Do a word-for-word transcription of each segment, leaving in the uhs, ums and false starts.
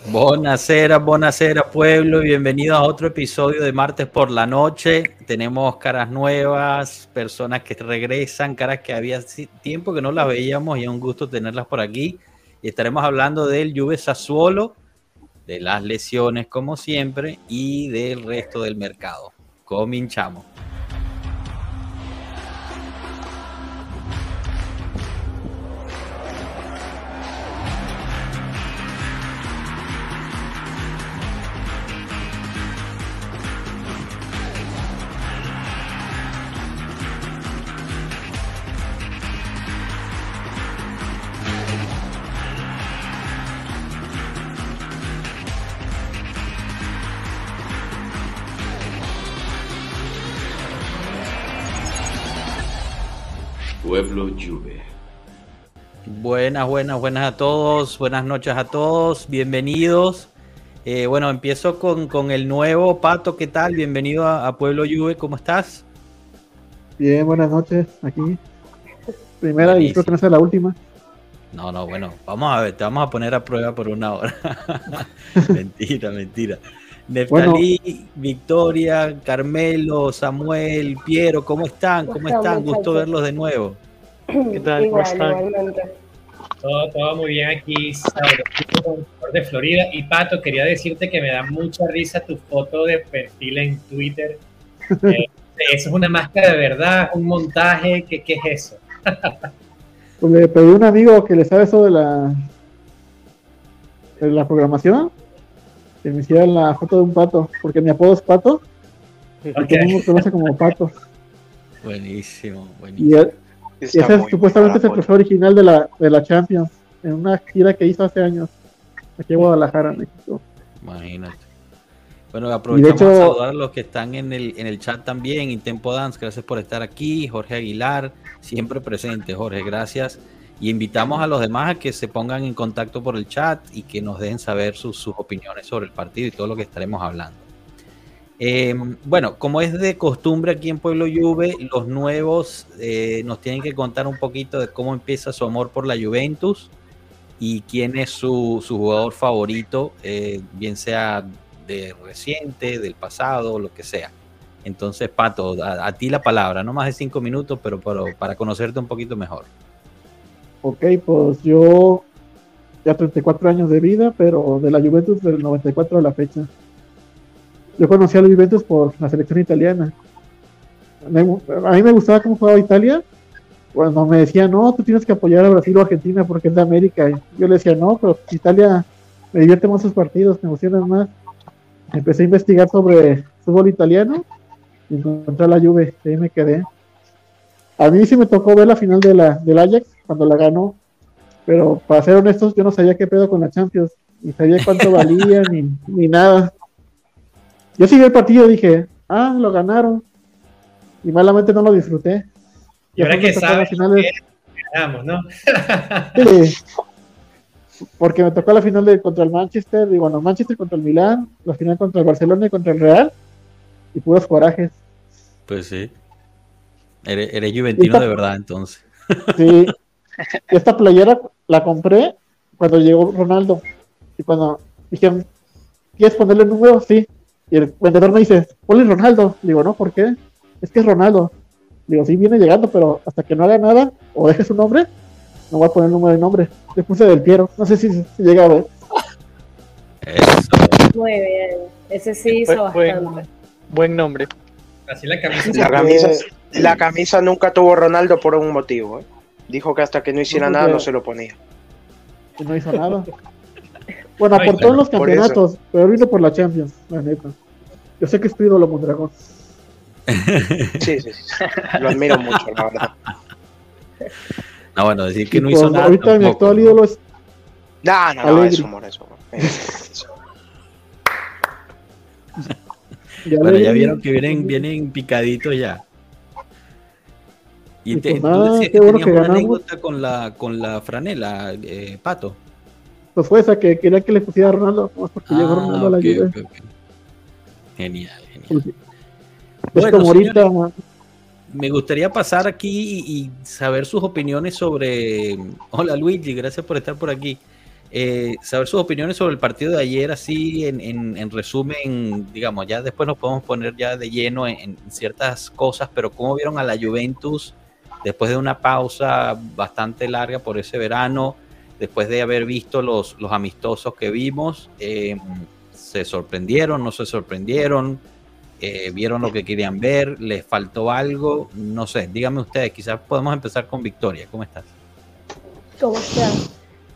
Buonasera, buonasera pueblo, y bienvenidos a otro episodio de Martes por la Noche. Tenemos caras nuevas, personas que regresan, caras que había tiempo que no las veíamos y es un gusto tenerlas por aquí. Y estaremos hablando del Juve Sassuolo, de las lesiones como siempre y del resto del mercado. Cominchamos. Pueblo Juve. Buenas, buenas, buenas a todos, buenas noches a todos, bienvenidos. Eh, bueno, empiezo con, con el nuevo Pato, ¿qué tal? Bienvenido a, a Pueblo Juve, ¿cómo estás? Bien, buenas noches, aquí. Primera Buenísimo. Y creo que no sea la última. No, no, bueno, vamos a ver, te vamos a poner a prueba por una hora. Mentira, mentira. Neftalí, bueno, Victoria, Carmelo, Samuel, Piero, ¿cómo están? ¿Cómo están? Gusto verlos de nuevo. ¿Qué tal? Igual, ¿cómo están? Todo, todo muy bien aquí, de Florida. Y Pato, quería decirte que me da mucha risa tu foto de perfil en Twitter. Eh, ¿Eso es una máscara de verdad? ¿Un montaje? ¿Qué, qué es eso? Pues le pedí a un amigo que le sabe eso de la, de la programación, que me hiciera la foto de un pato, porque mi apodo es Pato, y okay. Todo el mundo me conoce como Pato. Buenísimo, buenísimo. Y, él, y ese es, supuestamente es el profesor original de la, de la Champions, en una gira que hizo hace años, aquí en Guadalajara, México. Imagínate. Bueno, aprovechamos hecho, a saludar a los que están en el, en el chat también, Intempo Dance, gracias por estar aquí, Jorge Aguilar, siempre presente, Jorge, gracias. Y invitamos a los demás a que se pongan en contacto por el chat y que nos dejen saber sus, sus opiniones sobre el partido y todo lo que estaremos hablando. Eh, bueno, como es de costumbre aquí en Pueblo Juve, los nuevos eh, nos tienen que contar un poquito de cómo empieza su amor por la Juventus y quién es su, su jugador favorito, eh, bien sea de reciente, del pasado, lo que sea. Entonces, Pato, a, a ti la palabra, no más de cinco minutos, pero, pero para conocerte un poquito mejor. Ok, pues yo ya treinta y cuatro años de vida, pero de la Juventus del noventa y cuatro a la fecha. Yo conocí a la Juventus por la selección italiana. Me, a mí me gustaba cómo jugaba Italia. Cuando me decían, no, tú tienes que apoyar a Brasil o Argentina porque es de América. Yo le decía, no, pero Italia me divierte más sus partidos, me emocionan más. Empecé a investigar sobre fútbol italiano y encontré a la Juve, y ahí me quedé. A mí sí me tocó ver la final de la, del Ajax cuando la ganó, pero para ser honestos, yo no sabía qué pedo con la Champions, ni sabía cuánto valía, ni, ni nada. Yo sí vi el partido y dije, ah, lo ganaron, y malamente no lo disfruté. Y ahora que sabes finales... que ganamos, ¿no? Sí, porque me tocó la final de, contra el Manchester, y bueno, Manchester contra el Milán, la final contra el Barcelona y contra el Real, y puros corajes. Pues sí. Eres, eres juventino esta, de verdad, entonces. Sí. Esta playera la compré cuando llegó Ronaldo. Y cuando dijeron, ¿quieres ponerle el número? Sí. Y el vendedor me dice, ponle Ronaldo. Digo, no, ¿por qué? Es que es Ronaldo. Digo, sí, viene llegando, pero hasta que no haga nada o deje su nombre, no voy a poner el número de nombre. Le puse Del Piero. No sé si, si llega a ver. Eso. Muy bien. Ese sí hizo bastante. Buen, buen nombre. Así la camisa. La camisa, la camisa nunca tuvo Ronaldo por un motivo, ¿eh? Dijo que hasta que no hiciera no, nada no se lo ponía. No hizo nada. Bueno, aportó en los campeonatos, pero vino por la Champions, la neta. Yo sé que es tu ídolo, Mondragón. Sí, sí, sí. Lo admiro mucho, la verdad. No, bueno, decir que y no pues, hizo nada. Ahorita tampoco, mi actual ídolo es. No, no, no, eso, amor, eso. eso. Ya bueno, ya vieron que vienen, vienen picaditos ya. Y, y te, pues nada, tú decías que bueno tenías que una anécdota con la, con la franela, eh, Pato. Pues fue esa que quería que le pusiera a Ronaldo, más porque ah, llegó Ronaldo okay, a la okay, okay. Genial, genial. Sí. Es bueno, como ahorita, señores, me gustaría pasar aquí y, y saber sus opiniones sobre... Hola Luigi, gracias por estar por aquí. eh, saber sus opiniones sobre el partido de ayer, así en, en, en resumen, digamos, ya después nos podemos poner ya de lleno en, en ciertas cosas, pero ¿cómo vieron a la Juventus después de una pausa bastante larga por ese verano, después de haber visto los, los amistosos que vimos? Eh, ¿se sorprendieron, no se sorprendieron? Eh, ¿Vieron lo que querían ver? ¿Les faltó algo? No sé, díganme ustedes, quizás podemos empezar con Victoria. ¿Cómo estás? ¿Cómo estás?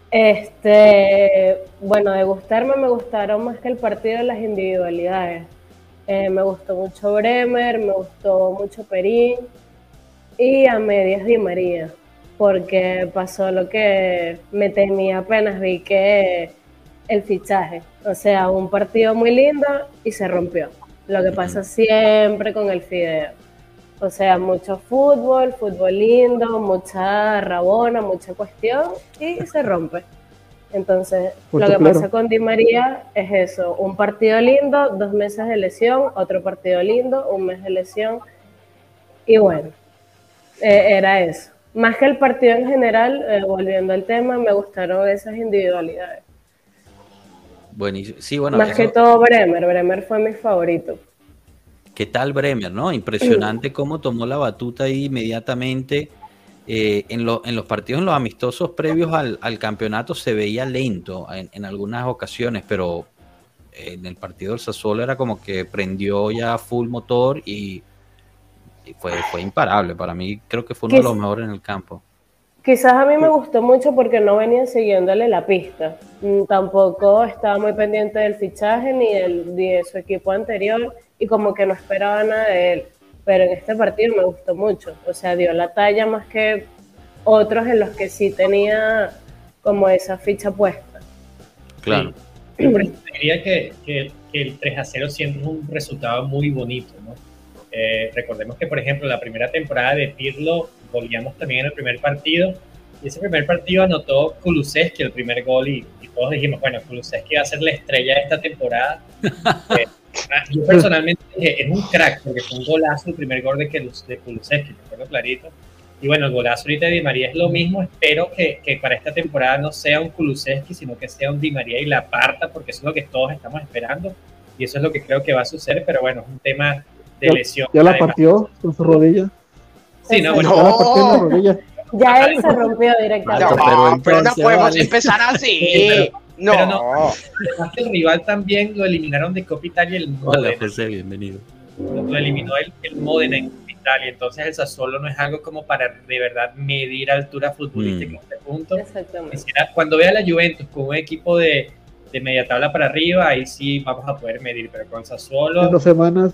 Este, bueno, de gustarme me gustaron más que el partido de las individualidades. Eh, me gustó mucho Bremer, me gustó mucho Perín y a medias Di María, porque pasó lo que me temía apenas vi que el fichaje, o sea, un partido muy lindo y se rompió. Lo que pasa siempre con el Fideo. O sea, mucho fútbol, fútbol lindo, mucha rabona, mucha cuestión y se rompe. Entonces, Mucho lo que claro. pasa con Di María es eso, un partido lindo, dos meses de lesión, otro partido lindo, un mes de lesión y bueno, eh, era eso. Más que el partido en general, eh, volviendo al tema, me gustaron esas individualidades. Buenísimo. Sí, bueno, Más eso, que todo Bremer, Bremer fue mi favorito. ¿qué tal Bremer, no? Impresionante cómo tomó la batuta ahí inmediatamente. Eh, en, lo, en los partidos, en los amistosos previos al, al campeonato se veía lento en, en algunas ocasiones, pero en el partido del Sassuolo era como que prendió ya full motor y, y fue, fue imparable. Para mí creo que fue uno de los mejores en el campo. Quizás a mí me gustó mucho porque no venía siguiéndole la pista. Mm, Tampoco estaba muy pendiente del fichaje ni, del, ni de su equipo anterior y como que no esperaba nada de él. Pero en este partido me gustó mucho. O sea, dio la talla más que otros en los que sí tenía como esa ficha puesta. Claro. Sí. Yo diría que, que, que el tres a cero siempre es un resultado muy bonito, ¿no? Eh, recordemos que, por ejemplo, la primera temporada de Pirlo, goleamos también en el primer partido, y ese primer partido anotó Kulusevski el primer gol, y, y todos dijimos, bueno, Kulusevski va a ser la estrella de esta temporada. eh, yo personalmente dije, es un crack, porque fue un golazo el primer gol de, de Kulusevski, te acuerdo clarito. Y bueno, el golazo ahorita de Di María es lo mismo. Espero que, que para esta temporada no sea un Kulusevski, sino que sea un Di María y la parta, porque eso es lo que todos estamos esperando, y eso es lo que creo que va a suceder, pero bueno, es un tema de ya, lesión. Ya la partió con su rodilla. Sí, no, bueno. Ya la partió en la rodilla. Ya él se rompió directamente. No, pero, pero no entonces, podemos vale. empezar así. Sí, pero, no. pero no. Además, el rival también lo eliminaron de Copa Italia el Modena. Hola, José, bienvenido. Lo eliminó el, el Modena en Italia. Entonces el Sassuolo no es algo como para de verdad medir altura futbolística mm. en este punto. Exactamente. Quisiera, cuando vea a la Juventus con un equipo de, de media tabla para arriba, ahí sí vamos a poder medir, pero con Sassuolo... En dos semanas.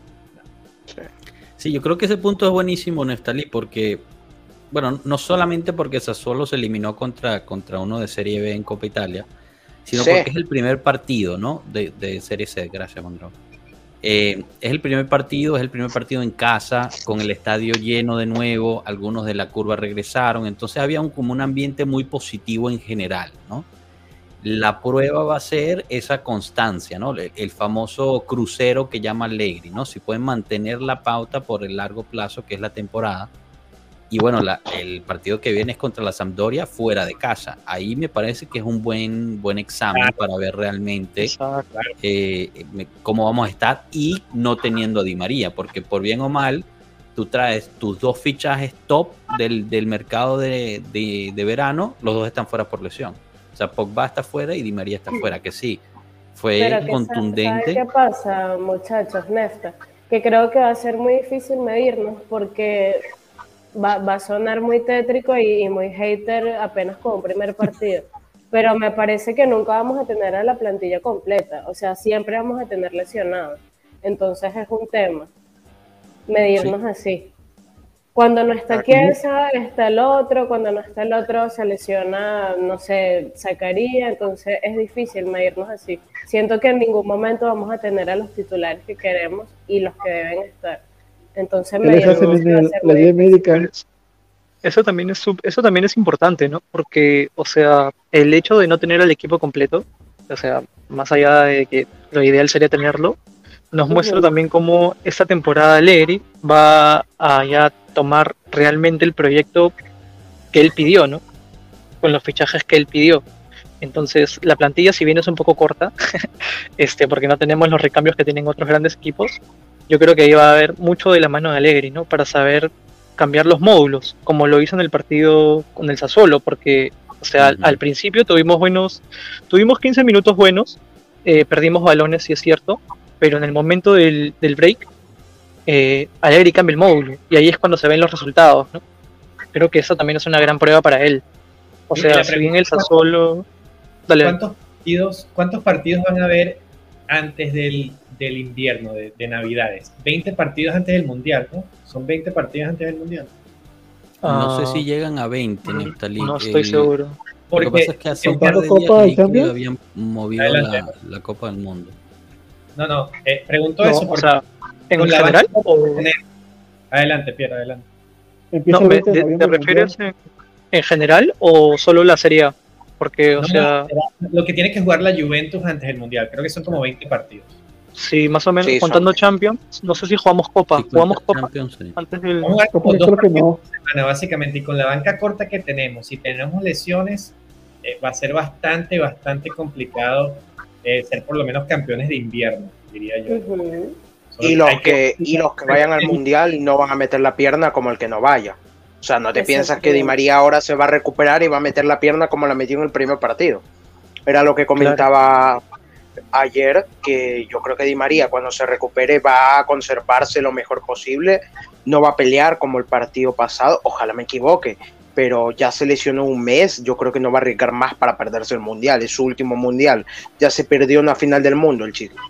Sí, yo creo que ese punto es buenísimo, Neftalí, porque, bueno, no solamente porque Sassuolo se eliminó contra, contra uno de Serie B en Copa Italia, sino sí. porque es el primer partido, ¿no? De, de Serie C, gracias, Mondragón. Eh, es el primer partido, es el primer partido en casa, con el estadio lleno de nuevo, algunos de la curva regresaron, entonces había un, como un ambiente muy positivo en general, ¿no? La prueba va a ser esa constancia, ¿no? El, el famoso crucero que llama Allegri, ¿no? Si pueden mantener la pauta por el largo plazo que es la temporada. Y bueno, la, el partido que viene es contra la Sampdoria fuera de casa. Ahí me parece que es un buen, buen examen claro. para ver realmente eh, cómo vamos a estar y no teniendo a Di María, porque por bien o mal, tú traes tus dos fichajes top del, del mercado de, de, de verano, los dos están fuera por lesión. O sea, Pogba está fuera y Di María está fuera, que sí, fue Pero contundente. ¿Qué pasa, muchachos, Nefta? Que creo que va a ser muy difícil medirnos porque va, va a sonar muy tétrico y, y muy hater apenas con un primer partido. Pero me parece que nunca vamos a tener a la plantilla completa. O sea, siempre vamos a tener lesionados. Entonces es un tema medirnos sí. así. Cuando no está Chiesa, está el otro, cuando no está el otro se lesiona, no sé, Zakaria, entonces es difícil medirnos así. Siento que en ningún momento vamos a tener a los titulares que queremos y los que deben estar. Entonces medirnos la guía médica. Eso también es eso también es importante, ¿no? Porque, o sea, el hecho de no tener al equipo completo, o sea, más allá de que lo ideal sería tenerlo, nos muestra uh-huh. también cómo esta temporada Allegri va a ya tomar realmente el proyecto que él pidió, ¿no? Con los fichajes que él pidió. Entonces, la plantilla, si bien es un poco corta, este, porque no tenemos los recambios que tienen otros grandes equipos, yo creo que ahí va a haber mucho de la mano de Allegri, ¿no? Para saber cambiar los módulos, como lo hizo en el partido con el Sassuolo, porque, o sea, uh-huh. al, al principio tuvimos buenos, tuvimos quince minutos buenos, eh, perdimos balones, sí es cierto, pero en el momento del, del break, eh, Allegri cambia el módulo, y ahí es cuando se ven los resultados, ¿no? Creo que eso también es una gran prueba para él. O sea, si bien el Sassuolo... Dale. ¿Cuántos partidos, ¿Cuántos partidos van a haber antes del, del invierno, de, de Navidades? veinte partidos antes del Mundial, ¿no? Son veinte partidos antes del Mundial. No uh, sé si llegan a veinte, Neftalí. No estoy el, seguro. Porque lo que pasa es que hace un par de días que habían movido la, la Copa del Mundo. No, no, eh, pregunto no, eso. O sea, ¿en general? O... Adelante, Pierre, adelante. No, ¿te, ¿te refieres en, en general o solo la Serie A? Porque, o no, sea... Lo que tiene que jugar la Juventus antes del Mundial, creo que son como veinte partidos. Sí, más o menos, sí, contando son... Champions, no sé si jugamos Copa, sí, jugamos Copa Champions, sí. Antes del... Vamos a jugar como dos partidos por semana, básicamente, y con la banca corta que tenemos, si tenemos lesiones, eh, va a ser bastante, bastante complicado eh, ser por lo menos campeones de invierno, diría yo. Uh-huh. Y los que, que, y los que vayan al Mundial no van a meter la pierna como el que no vaya. O sea, no te Exacto. piensas que Di María ahora se va a recuperar y va a meter la pierna como la metió en el primer partido. Era lo que comentaba claro. ayer, que yo creo que Di María cuando se recupere va a conservarse lo mejor posible, no va a pelear como el partido pasado, ojalá me equivoque, pero ya se lesionó un mes, yo creo que no va a arriesgar más para perderse el Mundial, es su último Mundial, ya se perdió una final del mundo el chico.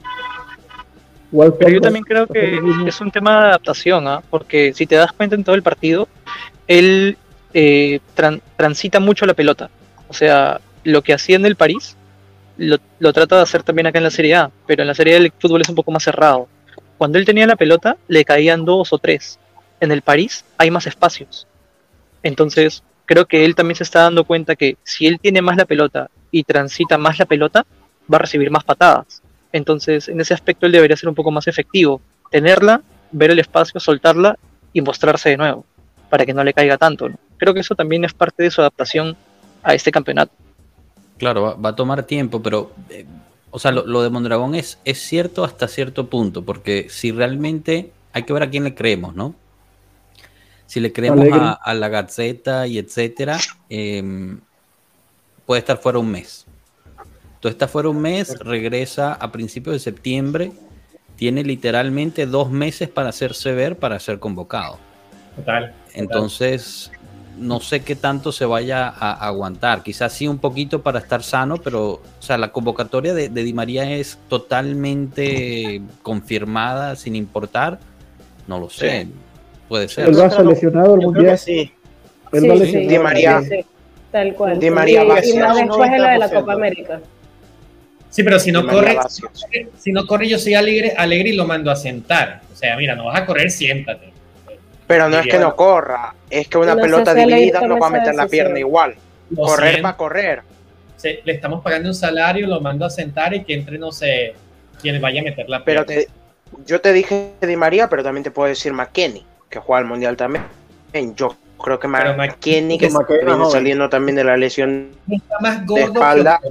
Pero yo también creo que es un tema de adaptación, ¿eh? Porque si te das cuenta en todo el partido, él eh, tran- transita mucho la pelota. O sea, lo que hacía en el París, lo, lo trata de hacer también acá en la Serie A, pero en la Serie A el fútbol es un poco más cerrado. Cuando él tenía la pelota, le caían dos o tres. En el París hay más espacios. Entonces, creo que él también se está dando cuenta que si él tiene más la pelota y transita más la pelota, va a recibir más patadas. Entonces, en ese aspecto él debería ser un poco más efectivo. Tenerla, ver el espacio, soltarla y mostrarse de nuevo, para que no le caiga tanto, ¿no? Creo que eso también es parte de su adaptación a este campeonato. Claro, va, va a tomar tiempo, pero, eh, o sea, lo, lo de Mondragón es, es cierto hasta cierto punto, porque si realmente hay que ver a quién le creemos, ¿no? Si le creemos a, a la Gazzetta y etcétera, eh, puede estar fuera un mes. Entonces está fuera un mes, regresa a principios de septiembre, tiene literalmente dos meses para hacerse ver, para ser convocado. Total. Entonces, no sé qué tanto se vaya a, a aguantar. Quizás sí un poquito para estar sano, pero o sea, la convocatoria de, de Di María es totalmente confirmada, sin importar. No lo sé. Sí. Puede ser. Él va a ser lesionado el Mundial. Sí. Él sí, va a sí, Di María. Sí, sí. Tal cual. Di María y, va a y ser más después de la de la Copa América. Sí, pero si no corre, si no corre, yo soy alegre, alegre y lo mando a sentar. O sea, mira, no vas a correr, siéntate. Pero no es que no corra, es que una no pelota dividida no va a meter la pierna igual. Lo correr siento. va a correr. Sí, le estamos pagando un salario, lo mando a sentar y que entre, no sé, quien vaya a meter la pierna. Pero te, yo te dije Di María, pero también te puedo decir McKennie, que juega al Mundial también. Yo creo que McKennie, que, que viene saliendo también de la lesión más de espalda.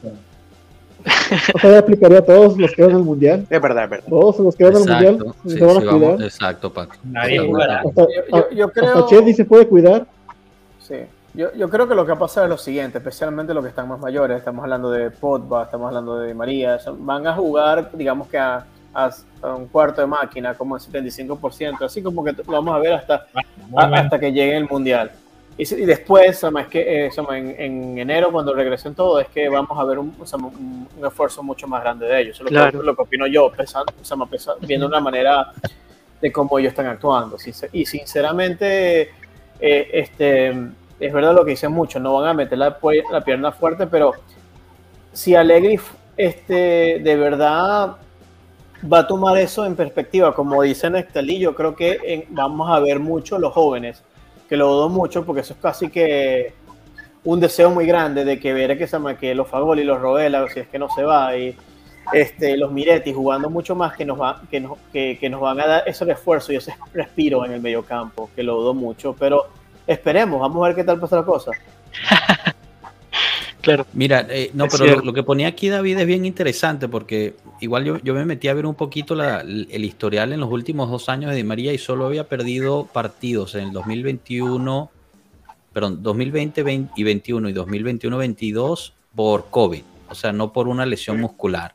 O sea, aplicaría a todos los que van al Mundial. Es verdad, es verdad. Todos los que van al Mundial sí, se van a sí, cuidar. Vamos, exacto, Paco. Nadie jugará. Hasta, yo, yo creo... hasta Chedi se puede cuidar. Sí. Yo, yo creo que lo que ha pasado es lo siguiente, especialmente los que están más mayores. Estamos hablando de Pogba, estamos hablando de María. Van a jugar, digamos que a, a, a un cuarto de máquina, como el setenta y cinco por ciento. Así como que lo vamos a ver hasta, a, hasta que llegue el Mundial. Y, y después, es que, eh, en, en enero, cuando regresen todos, es que vamos a ver un, un, un esfuerzo mucho más grande de ellos. Eso es lo, claro. que, lo que opino yo, pensando, pensando, viendo una manera de cómo ellos están actuando. Y sinceramente, eh, este, es verdad lo que dicen muchos, no van a meter la, la pierna fuerte, pero si Allegri este, de verdad va a tomar eso en perspectiva, como dice Neftalí, yo creo que en, vamos a ver mucho los jóvenes, que lo dudo mucho porque eso es casi que un deseo muy grande de que ver que, se llama, que los Fagoli, los Robela, si es que no se va, y este, los Miretti jugando mucho más, que nos, va, que, nos, que, que nos van a dar ese esfuerzo y ese respiro en el mediocampo, que lo dudo mucho, pero esperemos, vamos a ver qué tal pasa la cosa. Claro. Mira, eh, no, Es pero cierto. lo, lo que ponía aquí David es bien interesante porque igual yo, yo me metí a ver un poquito la- el historial en los últimos dos años de Di María y solo había perdido partidos en el dos mil veintiuno, perdón, dos mil veinte veinte y veintiuno y dos mil veintiuno veintidós por COVID, o sea, no por una lesión muscular.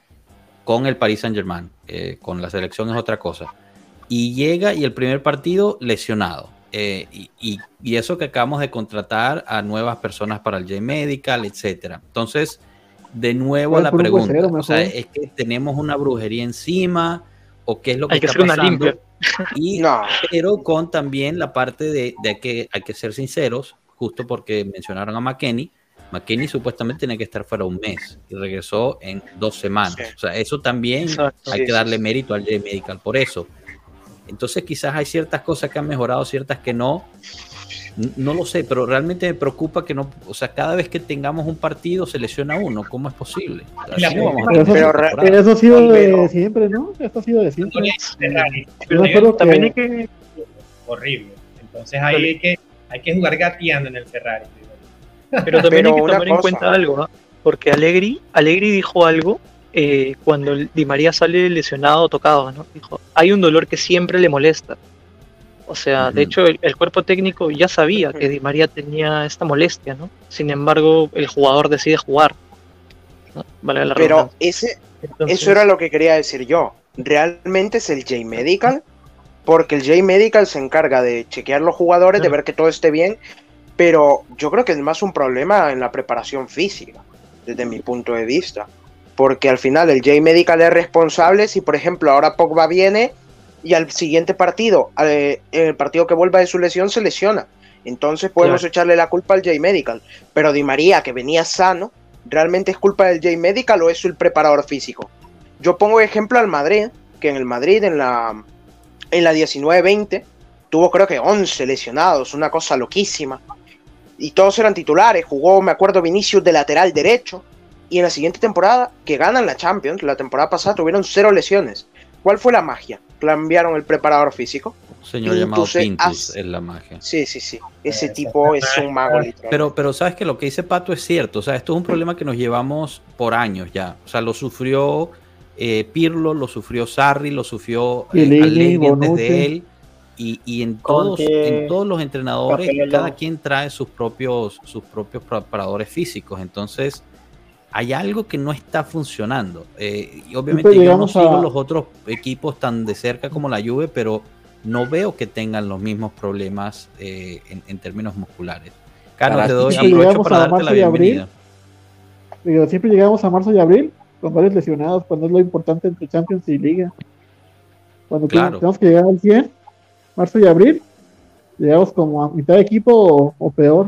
Con el Paris Saint-Germain, eh, con la selección es otra cosa. Y llega y el primer partido lesionado. Eh, y, y, y eso que acabamos de contratar a nuevas personas para el J-Medical, etcétera. Entonces, de nuevo la pregunta, o sea, ¿es que tenemos una brujería encima o qué es lo que Hay que está hacer una pasando? limpia. Y, No. pero con también la parte de, de que hay que ser sinceros, justo porque mencionaron a McKennie. McKennie supuestamente tenía que estar fuera un mes y regresó en dos semanas. Sí. O sea, eso también Exacto. hay Sí, que sí, darle sí. mérito al J-Medical por eso. Entonces quizás hay ciertas cosas que han mejorado, ciertas que no. N- No lo sé, pero realmente me preocupa que no, o sea, cada vez que tengamos un partido se lesiona uno. ¿Cómo es posible? Así La no vamos a Pero tener eso, Pero re- temporada. eso ha sido Pero- de siempre, ¿no? Esto ha sido de siempre. Ferrari. Yo me acuerdo También hay que que, Horrible. Entonces ahí hay que, hay que jugar gateando en el Ferrari. pero también Pero hay que una tomar en cosa. cuenta algo, ¿no? Porque Allegri, Allegri dijo algo eh, cuando el Di María sale lesionado o tocado, ¿no? Dijo, hay un dolor que siempre le molesta. O sea, de Ujú. hecho, el, el cuerpo técnico ya sabía que Di María tenía esta molestia, ¿no? Sin embargo, el jugador decide jugar, ¿no? Vale la Pero redundancia. ese, Entonces, eso era lo que quería decir yo. Realmente es el J-Medical, porque el J-Medical se encarga de chequear los jugadores, de Claro. ver que todo esté bien, pero yo creo que es más un problema en la preparación física, desde mi punto de vista. Porque al final el J-Medical es responsable si, por ejemplo, ahora Pogba viene y al siguiente partido, eh, en el partido que vuelva de su lesión, se lesiona. Entonces podemos Claro. echarle la culpa al J-Medical. Pero Di María, que venía sano, ¿realmente es culpa del J-Medical o es el preparador físico? Yo pongo ejemplo al Madrid, que en el Madrid, en la, en la diecinueve veinte, tuvo creo que once lesionados, una cosa loquísima. Y todos eran titulares. Jugó, me acuerdo, Vinicius de lateral derecho. Y en la siguiente temporada, que ganan la Champions, la temporada pasada tuvieron cero lesiones. ¿Cuál fue la magia? Cambiaron el preparador físico. Un señor llamado Pintus, eh, Pintus as- es la magia. Sí, sí, sí. Ese Esa tipo es es la un mago, magia. literal. Pero, pero sabes que lo que dice Pato es cierto. O sea, esto es un problema que nos llevamos por años ya. O sea, lo sufrió eh, Pirlo, lo sufrió Sarri, lo sufrió eh, Chiellini, Allegri antes Bonucci. de él. Y, y en todos, Conte, en todos los entrenadores, Capello. cada quien trae sus propios, sus propios preparadores físicos. Entonces, hay algo que no está funcionando. Eh, y obviamente Siempre yo no llegamos sigo a- los otros equipos tan de cerca como la Juve, pero no veo que tengan los mismos problemas eh, en, en términos musculares. Carlos, Para te doy, ti, aprovecho llegamos para a darte la marzo y abril. bienvenida. Digo, siempre llegamos a marzo y abril con varios lesionados, cuando es lo importante entre Champions y Liga. Cuando Claro. tenemos que llegar al cien, marzo y abril, llegamos como a mitad de equipo o, o peor.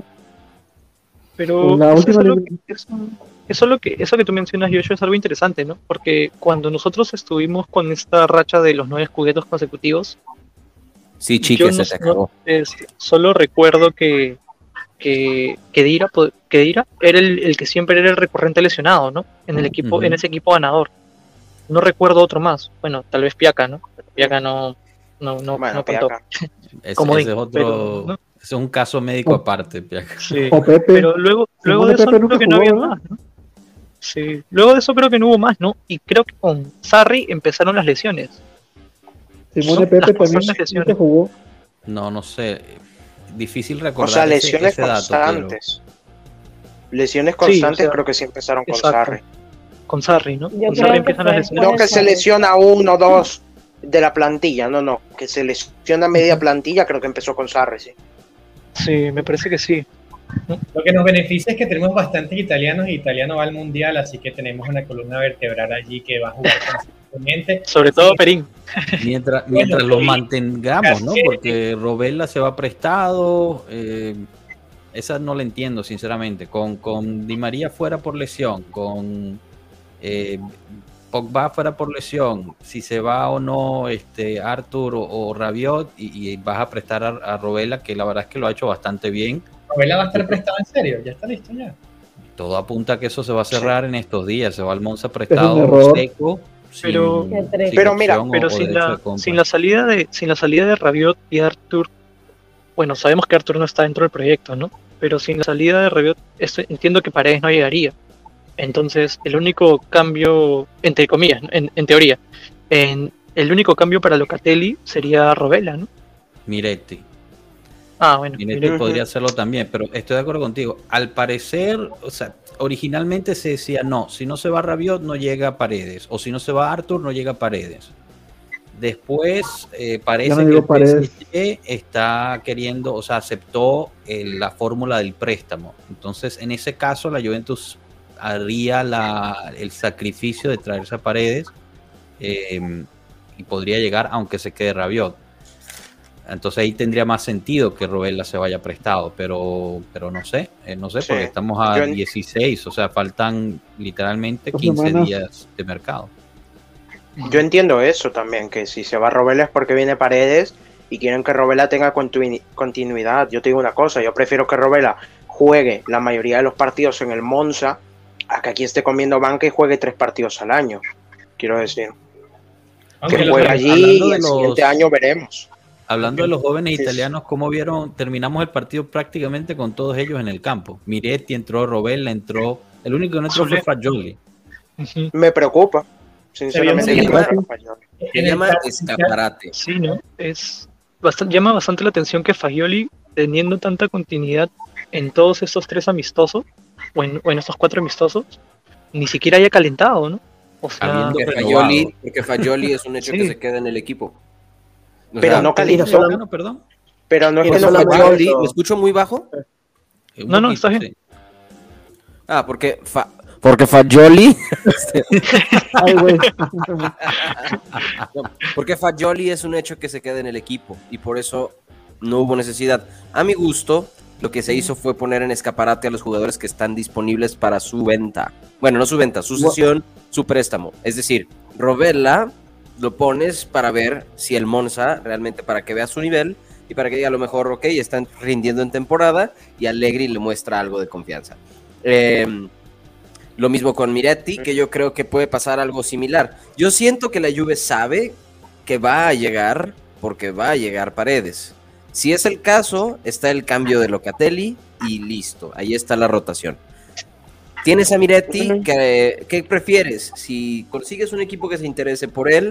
pero Pues la eso, última es lo lig- que, eso, eso lo que, eso que tú mencionas, Joshua, es algo interesante, ¿no? Porque cuando nosotros estuvimos con esta racha de los nueve escudetos consecutivos, Sí, yo no- no- es- solo recuerdo que que Kedira, po- Kedira era el, el que siempre era el recurrente lesionado, ¿no? En el equipo, Ujú. en ese equipo ganador. No recuerdo otro más. Bueno, tal vez Piaca, ¿no? Pero Piaca no, no, no, Bueno, no contó. Piaca. Ese, Como ese digo, es otro, pero, ¿no? ese es un caso médico Oh. aparte, Piaca. Sí. O Pepe. Pero luego, luego de Simone eso Pepe creo nunca que no jugó, había ¿no? más, ¿no? Sí. Luego de eso creo que no hubo más, ¿no? Y creo que con Sarri empezaron las lesiones. Simone son Pepe las también personas lesiones. nunca jugó. No, no sé. Difícil O recordar sea, ese- lesiones ese dato, constantes. Lesiones Sí, o constantes sea, creo que sí empezaron con exacto. Sarri. Con Sarri, ¿no? Yo Con creo Sarri que empiezan fue las lesiones. No que se Sarri. lesiona uno o dos de la plantilla, no, no. Que se lesiona media plantilla, creo que empezó con Sarri, sí. Sí, me parece que sí. Lo que nos beneficia es que tenemos bastantes italianos y italiano va al mundial, así que tenemos una columna vertebral allí que va a jugar constantemente. Sobre todo Perín. Mientras, mientras lo sí. mantengamos, ¿no? Así es. Porque Robella se va prestado. eh, esa no la entiendo, sinceramente. Con, con Di María fuera por lesión, con eh, Pogba fuera por lesión, si se va o no este Arthur o, o Rabiot, y, y vas a prestar a, a Robella, que la verdad es que lo ha hecho bastante bien. ¿Novela va a estar prestado en serio? ¿Ya está listo ya? Todo apunta a que eso se va a cerrar en estos días. Se va al Monza Es un prestado error. seco. Pero- Qué triste. Pero mira, opción o- Pero o sin derecho de la, compra. sin la salida de sin la salida de Rabiot y Arthur, bueno, sabemos que Arthur no está dentro del proyecto, ¿no? pero sin la salida de Rabiot, esto, entiendo que Paredes no llegaría. Entonces, el único cambio, entre comillas, ¿no? en, en teoría, en, el único cambio para Locatelli sería Robela, ¿no? Miretti. Ah, bueno. Miretti Miretti. podría hacerlo también, pero estoy de acuerdo contigo. Al parecer, o sea, originalmente se decía, no, si no se va Rabiot no llega Paredes, o si no se va Arthur no llega Paredes. Después eh, parece no que el Paredes. P S G está queriendo, o sea, aceptó el, la fórmula del préstamo. Entonces, en ese caso, la Juventus haría la, el sacrificio de traerse a Paredes eh, y podría llegar aunque se quede Rabiot. Entonces ahí tendría más sentido que Robela se vaya prestado, pero, pero no sé, eh, no sé, sí. Porque estamos a en... dieciséis, o sea, faltan literalmente quince días de mercado. Yo entiendo eso también, que si se va Robela es porque viene Paredes y quieren que Robela tenga continu- continuidad. Yo te digo una cosa, yo prefiero que Robela juegue la mayoría de los partidos en el Monza a que aquí esté comiendo banca y juegue tres partidos al año, quiero decir. Aunque que juegue allí y el los... siguiente año veremos. Hablando de los jóvenes italianos, ¿cómo vieron? Terminamos el partido prácticamente con todos ellos en el campo. Miretti entró, Robela entró, el único que no entró fue Fagioli. Me preocupa, sinceramente. Se llama, se llama escaparate. Sí, ¿no? Es bastante, llama bastante la atención que Fagioli, teniendo tanta continuidad en todos estos tres amistosos, o en, o en estos cuatro amistosos, ni siquiera haya calentado, ¿no? O sea, porque Fagioli, porque Fagioli es un hecho sí. que se queda en el equipo. O pero sea, no calentó. No, perdón. Pero no es que no Fagioli, ¿me escucho muy bajo? Un no, no, está bien. Sí. Ah, porque fa, porque Fagioli Ay, güey. no, porque Fagioli es un hecho que se queda en el equipo y por eso no hubo necesidad. A mi gusto, lo que se hizo fue poner en escaparate a los jugadores que están disponibles para su venta. Bueno, no su venta, su cesión, su préstamo. Es decir, Robela lo pones para ver si el Monza realmente, para que vea su nivel y para que diga a lo mejor, ok, están rindiendo en temporada y Allegri le muestra algo de confianza. Eh, lo mismo con Miretti, que yo creo que puede pasar algo similar. Yo siento que la Juve sabe que va a llegar, porque va a llegar Paredes. Si es el caso, está el cambio de Locatelli y listo, ahí está la rotación. Tienes a Miretti, que, ¿qué prefieres? Si consigues un equipo que se interese por él,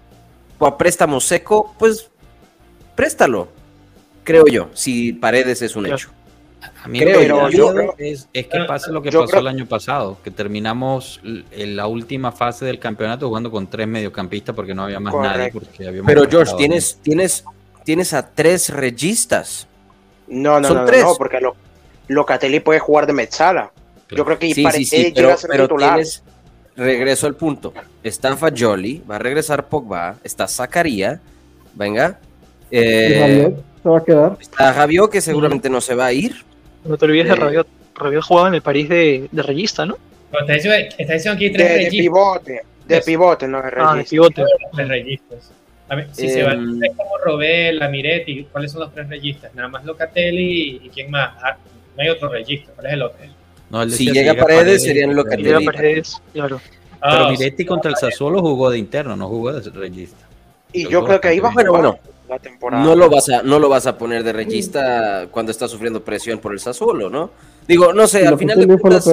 o a préstamo seco, pues préstalo, creo yo, si Paredes es un hecho. A mí creo lo que yo, yo, es, es que pase lo que pasó creo, el año pasado, que terminamos en la última fase del campeonato jugando con tres mediocampistas porque no había más correcto. nadie. Porque habíamos Pero George, tienes, tienes, tienes a tres registas. No, no, Son no, tres. no, porque lo, Locatelli puede jugar de Mezzala. Yo creo que sí, Paredes sí, sí, llega pero, a ser pero titular. Tienes, regreso al punto. Está Fagioli, va a regresar Pogba, está Zakaria, venga. Eh, Rabiot se va a quedar. Está Rabiot, que seguramente no se va a ir. No te olvides eh, de Rabiot. Rabiot jugaba en el París de, de regista, ¿no? Está diciendo, está diciendo aquí tres de, registas. De pivote, de pivote, no de regista. Ah, de pivote. Tres registas. A ver, si eh, se va como Robela, Miretti, ¿cuáles son los tres registas? Nada más Locatelli y ¿quién más? Ah, no hay otro registro. ¿Cuál es el otro? No, si llega, llega Paredes, Paredes serían Locatelli. Llega Paredes, claro. Pero Miretti contra el Sassuolo jugó de interno, no jugó de regista. Y yo creo que ahí va bueno, bueno, la temporada. No lo vas a, no lo vas a poner de regista cuando está sufriendo presión por el Sassuolo, ¿no? Digo, no sé, al final de cuentas,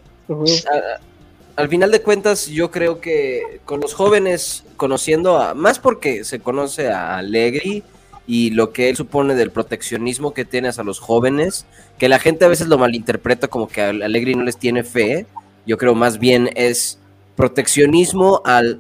a, al final de cuentas, yo creo que con los jóvenes, conociendo a, más porque se conoce a Allegri y lo que él supone del proteccionismo que tienes a los jóvenes, que la gente a veces lo malinterpreta como que a Allegri no les tiene fe, yo creo más bien es proteccionismo al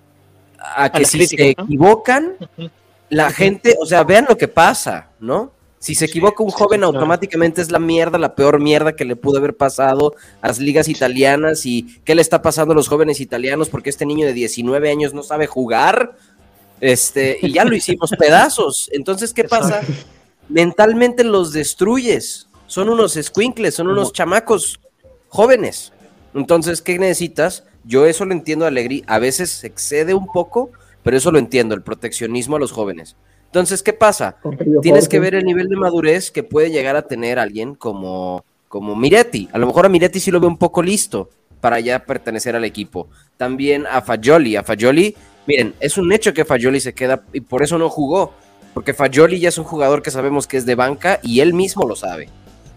a que a si crítica, se ¿no? equivocan, uh-huh. la uh-huh. gente, o sea, vean lo que pasa, ¿no? Si se equivoca un joven, automáticamente es la mierda, la peor mierda que le pudo haber pasado a las ligas italianas. Y qué le está pasando a los jóvenes italianos porque este niño de diecinueve años no sabe jugar, este, y ya lo hicimos pedazos. Entonces, ¿qué pasa? Mentalmente los destruyes. Son unos escuincles, son unos chamacos jóvenes. Entonces, ¿qué necesitas? Yo eso lo entiendo a Allegri, a veces se excede un poco, pero eso lo entiendo, el proteccionismo a los jóvenes. Entonces, ¿qué pasa? Tienes que ver el nivel de madurez que puede llegar a tener alguien como, como Miretti. A lo mejor a Miretti sí lo ve un poco listo para ya pertenecer al equipo. También a Fagioli. A Fagioli, miren, es un hecho que Fagioli se queda y por eso no jugó. Porque Fagioli ya es un jugador que sabemos que es de banca y él mismo lo sabe.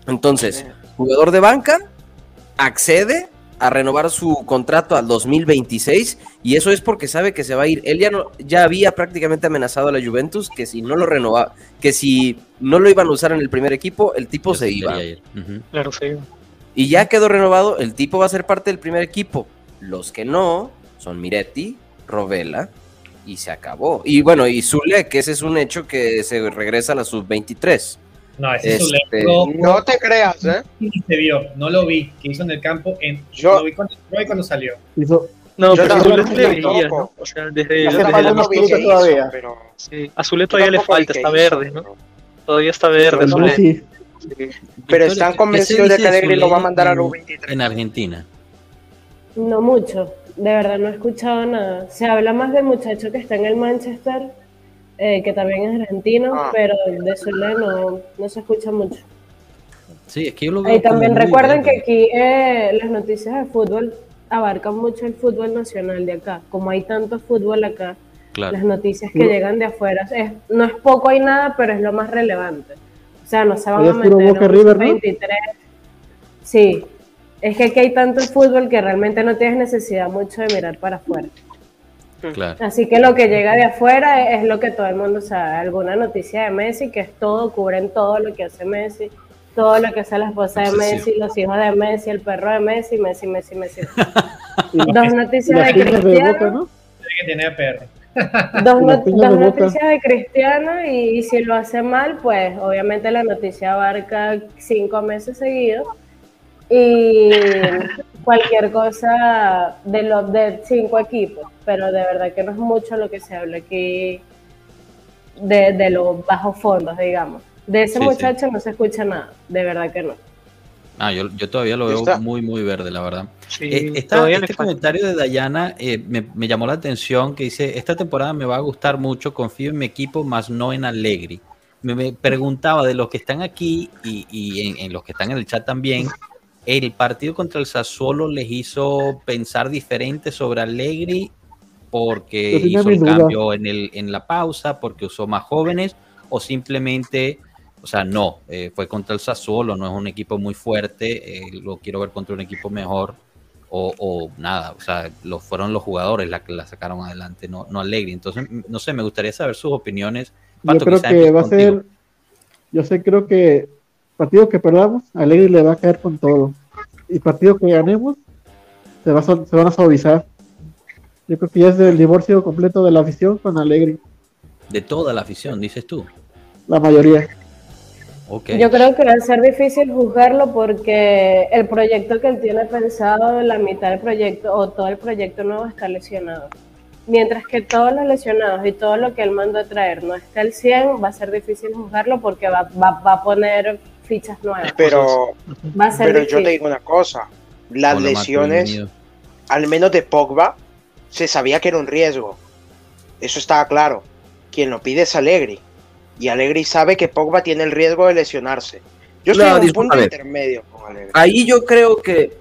Entonces, jugador de banca accede a renovar su contrato al dos mil veintiséis y eso es porque sabe que se va a ir. Él ya no, ya había prácticamente amenazado a la Juventus que si no lo renovaba, que si no lo iban a usar en el primer equipo, el tipo se iba. Uh-huh. Claro, sí. Y ya quedó renovado, el tipo va a ser parte del primer equipo. Los que no son Miretti, Rovella y se acabó. Y bueno, y Zule, que ese es un hecho que se regresa a la sub veintitrés. No, ese este, Zule no, no te creas, ¿eh? Se vio, no lo vi, que hizo en el campo, en, yo lo vi cuando, lo vi cuando salió. Hizo, no, yo pero Zule se le veía, ¿no? O sea, desde, desde la absoluta todavía. Pero... Sí, a Zule todavía le falta, está verde, ¿no? Todavía está verde, Zule. Sí. Sí. Pero están convencidos de que Allegri lo va a mandar a la U veintitrés. En Argentina. No mucho, de verdad no he escuchado nada. Se habla más del muchacho que está en el Manchester, eh, que también es argentino, ah. pero de Zule no, no se escucha mucho. Sí, es que yo lo veo. Y también recuerden que aquí eh, las noticias de fútbol abarcan mucho el fútbol nacional de acá. Como hay tanto fútbol acá, claro. Las noticias que sí. llegan de afuera, es, no es poco hay nada, pero es lo más relevante. O sea, no se van a meter en River, veintitrés. ¿No? Sí, es que aquí hay tanto el fútbol que realmente no tienes necesidad mucho de mirar para afuera. Claro. Así que lo que llega de afuera es, es lo que todo el mundo sabe. Alguna noticia de Messi, que es todo, cubren todo lo que hace Messi, todo lo que hace la esposa de Messi, los hijos de Messi, el perro de Messi, Messi, Messi, Messi. Dos noticias de Cristiano. De Boca, ¿no? Que tiene perro. Dos, no, dos noticias de Cristiano y, y si lo hace mal, pues obviamente la noticia abarca cinco meses seguidos y cualquier cosa de los de cinco equipos, pero de verdad que no es mucho lo que se habla aquí de, de los bajos fondos, digamos. De ese sí, muchacho sí. No se escucha nada, de verdad que no. Ah, yo, yo todavía lo veo ¿Está? muy, muy verde, la verdad. Sí, eh, esta, este comentario de Dayana eh, me, me llamó la atención, que dice, esta temporada me va a gustar mucho, confío en mi equipo, más no en Allegri. Me, me preguntaba de los que están aquí y, y en, en los que están en el chat también, ¿el partido contra el Sassuolo les hizo pensar diferente sobre Allegri porque hizo el duda. cambio en, el, en la pausa, porque usó más jóvenes o simplemente... O sea, no, eh, fue contra el Sassuolo, no es un equipo muy fuerte, eh, lo quiero ver contra un equipo mejor, o, o nada, o sea, lo, fueron los jugadores los que la sacaron adelante, no, no Allegri. Entonces, no sé, me gustaría saber sus opiniones. Pato, yo creo que va a ser, yo sé, creo que partido que perdamos, Allegri le va a caer con todo, y partido que ganemos, se, va a, se van a suavizar. Yo creo que ya es el divorcio completo de la afición con Allegri. De toda la afición, dices tú. La mayoría. Okay. Yo creo que va a ser difícil juzgarlo porque el proyecto que él tiene pensado, la mitad del proyecto o todo el proyecto nuevo está lesionado. Mientras que todos los lesionados y todo lo que él mandó a traer no está al cien, va a ser difícil juzgarlo porque va, va, va a poner fichas nuevas. Pero, va a ser pero yo te digo una cosa, las Hola, lesiones, al menos de Pogba, se sabía que era un riesgo. Eso estaba claro. Quien lo pide es Allegri. Y Allegri sabe que Pogba tiene el riesgo de lesionarse. Yo estoy no, en un punto intermedio con Allegri. Ahí yo creo que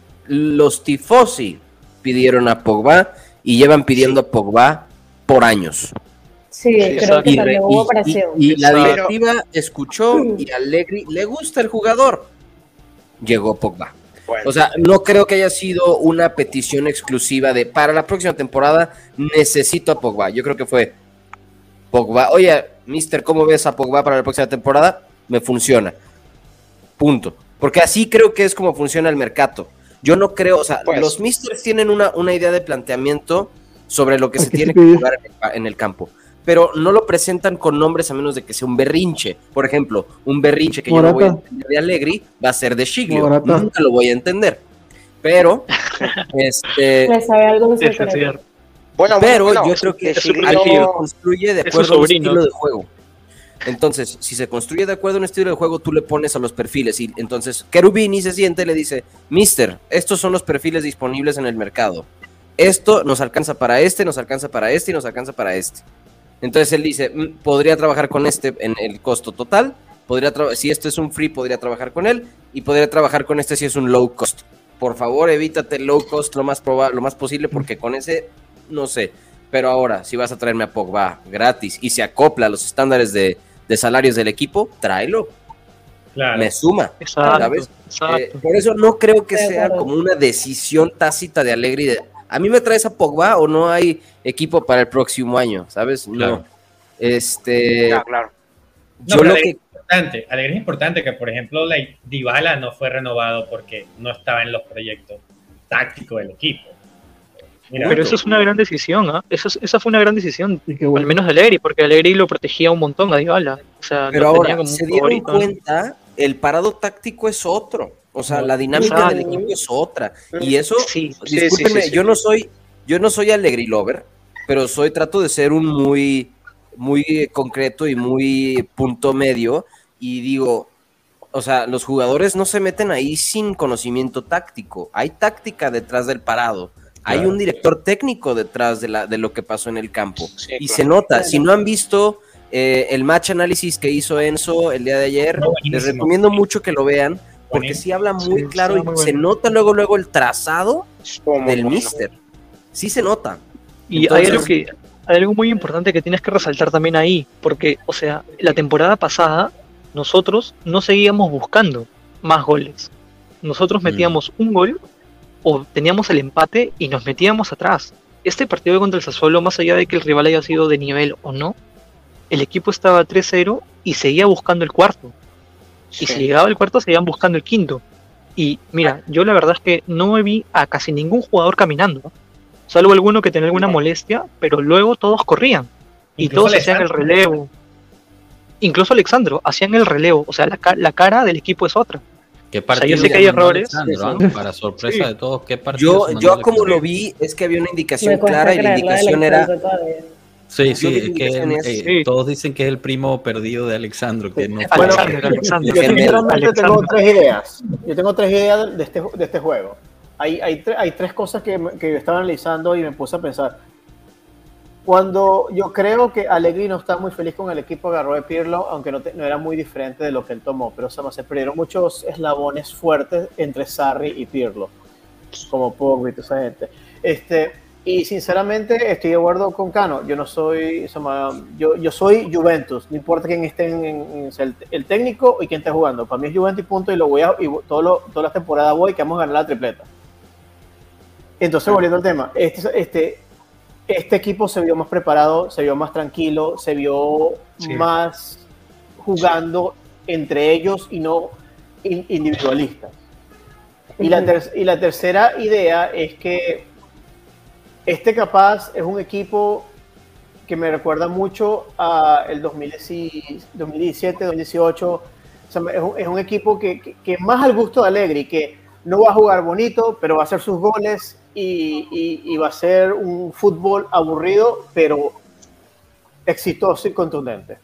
los tifosi pidieron a Pogba y llevan pidiendo sí. a Pogba por años. Sí, sí creo que y, también hubo presión. Y, y, y la directiva Pero, escuchó y a Allegri le gusta el jugador. Llegó Pogba. Bueno. O sea, no creo que haya sido una petición exclusiva de para la próxima temporada necesito a Pogba. Yo creo que fue Pogba, oye, mister, ¿cómo ves a Pogba para la próxima temporada? Me funciona. Punto. Porque así creo que es como funciona el mercado. Yo no creo, o sea, pues, los misters tienen una, una idea de planteamiento sobre lo que se tiene que jugar en el, en el campo, pero no lo presentan con nombres a menos de que sea un berrinche. Por ejemplo, un berrinche que Morata. Yo no voy a entender de Allegri va a ser de Schiglio. Morata. Nunca lo voy a entender. Pero, este... ¿Le sabe algo de secreto? Bueno, pero bueno, yo creo que Allegri construye de acuerdo a un estilo de juego. Entonces, si se construye de acuerdo a un estilo de juego, tú le pones a los perfiles. Y entonces, Cherubini se siente y le dice, mister, estos son los perfiles disponibles en el mercado. Esto nos alcanza para este, nos alcanza para este y nos alcanza para este. Entonces él dice, podría trabajar con este en el costo total. Podría tra- si este es un free, podría trabajar con él. Y podría trabajar con este si es un low cost. Por favor, evítate el low cost lo más, proba- lo más posible porque con ese... no sé, pero ahora si vas a traerme a Pogba gratis y se acopla a los estándares de, de salarios del equipo, tráelo. claro. me suma, exacto, ¿sabes? Exacto. Eh, por eso no creo que sea como una decisión tácita de Allegri de, a mí me traes a Pogba o no hay equipo para el próximo año, ¿sabes? Claro. No. Este, claro, claro. Yo no, lo que... que... es importante, Alegre es importante que, por ejemplo, la Dybala no fue renovado porque no estaba en los proyectos tácticos del equipo. Mira, pero eso es una gran decisión, ¿eh? Eso es, esa fue una gran decisión, bueno. Al menos de Allegri, porque Allegri lo protegía un montón a Dybala. O sea, pero lo ahora, tenía como se un dieron favorito, cuenta, ¿no? El parado táctico es otro. O sea, no, la dinámica exacto. del equipo es otra. Y eso, sí, discúlpenme, sí, sí, sí, yo no soy, yo no soy Allegri lover, pero soy, trato de ser un muy, muy concreto y muy punto medio, y digo, o sea, los jugadores no se meten ahí sin conocimiento táctico. Hay táctica detrás del parado. Hay claro. un director técnico detrás de, la, de lo que pasó en el campo. Sí, y claro. se nota. Si no han visto eh, el match análisis que hizo Enzo el día de ayer, no, les recomiendo mucho que lo vean, porque buenísimo. Sí habla muy sí, claro y muy se bueno. nota luego luego el trazado del bueno. Mister. Sí se nota. Y Entonces, hay, algo que, hay algo muy importante que tienes que resaltar también ahí, porque, o sea, la temporada pasada nosotros no seguíamos buscando más goles. Nosotros metíamos mm. un gol o teníamos el empate y nos metíamos atrás. Este partido contra el Sassuolo, más allá de que el rival haya sido de nivel o no, el equipo estaba tres cero y seguía buscando el cuarto. Sí. Y si llegaba el cuarto, seguían buscando el quinto. Y mira, yo la verdad es que no me vi a casi ningún jugador caminando, ¿no? Salvo alguno que tenía alguna molestia, pero luego todos corrían. Y Incluso todos hacían el relevo. Incluso Alexandro, hacían el relevo. O sea, la, la cara del equipo es otra. ¿Qué partido? O sea, yo sé que hay errores. Sí, sí. Para sorpresa sí. de todos, ¿qué partido? Yo, yo como lo vi, es que había una indicación clara y la indicación era... Sí, sí, es que él, es, eh, sí. todos dicen que es el primo perdido de Alexandro, que no fue. Bueno, Alexandro. Yo sinceramente tengo tres ideas. Yo tengo tres ideas de este, de este juego. Hay, hay, tre hay tres cosas que, que estaba analizando y me puse a pensar. Cuando yo creo que Allegri no está muy feliz con el equipo, agarró de Pirlo, aunque no, te, no era muy diferente de lo que él tomó, pero o sea, se perdieron muchos eslabones fuertes entre Sarri y Pirlo, como Pogba y toda esa gente. Este, y sinceramente estoy de acuerdo con Cano, yo no soy, yo, yo soy Juventus, no importa quién esté en, en, en el, el técnico y quién esté jugando, para mí es Juventus y punto, y lo voy a, y todo lo, toda la temporada voy que vamos a ganar la tripleta. Entonces, volviendo al tema, este, este Este equipo se vio más preparado, se vio más tranquilo, se vio sí. más jugando entre ellos y no in individualistas. Y la, y la tercera idea es que este capaz es un equipo que me recuerda mucho a el dos mil diecisiete, dos mil dieciocho. O sea, es, un, es un equipo que, que, que más al gusto de Allegri, que no va a jugar bonito, pero va a hacer sus goles. Y, y, y va a ser un fútbol aburrido, pero exitoso y contundente.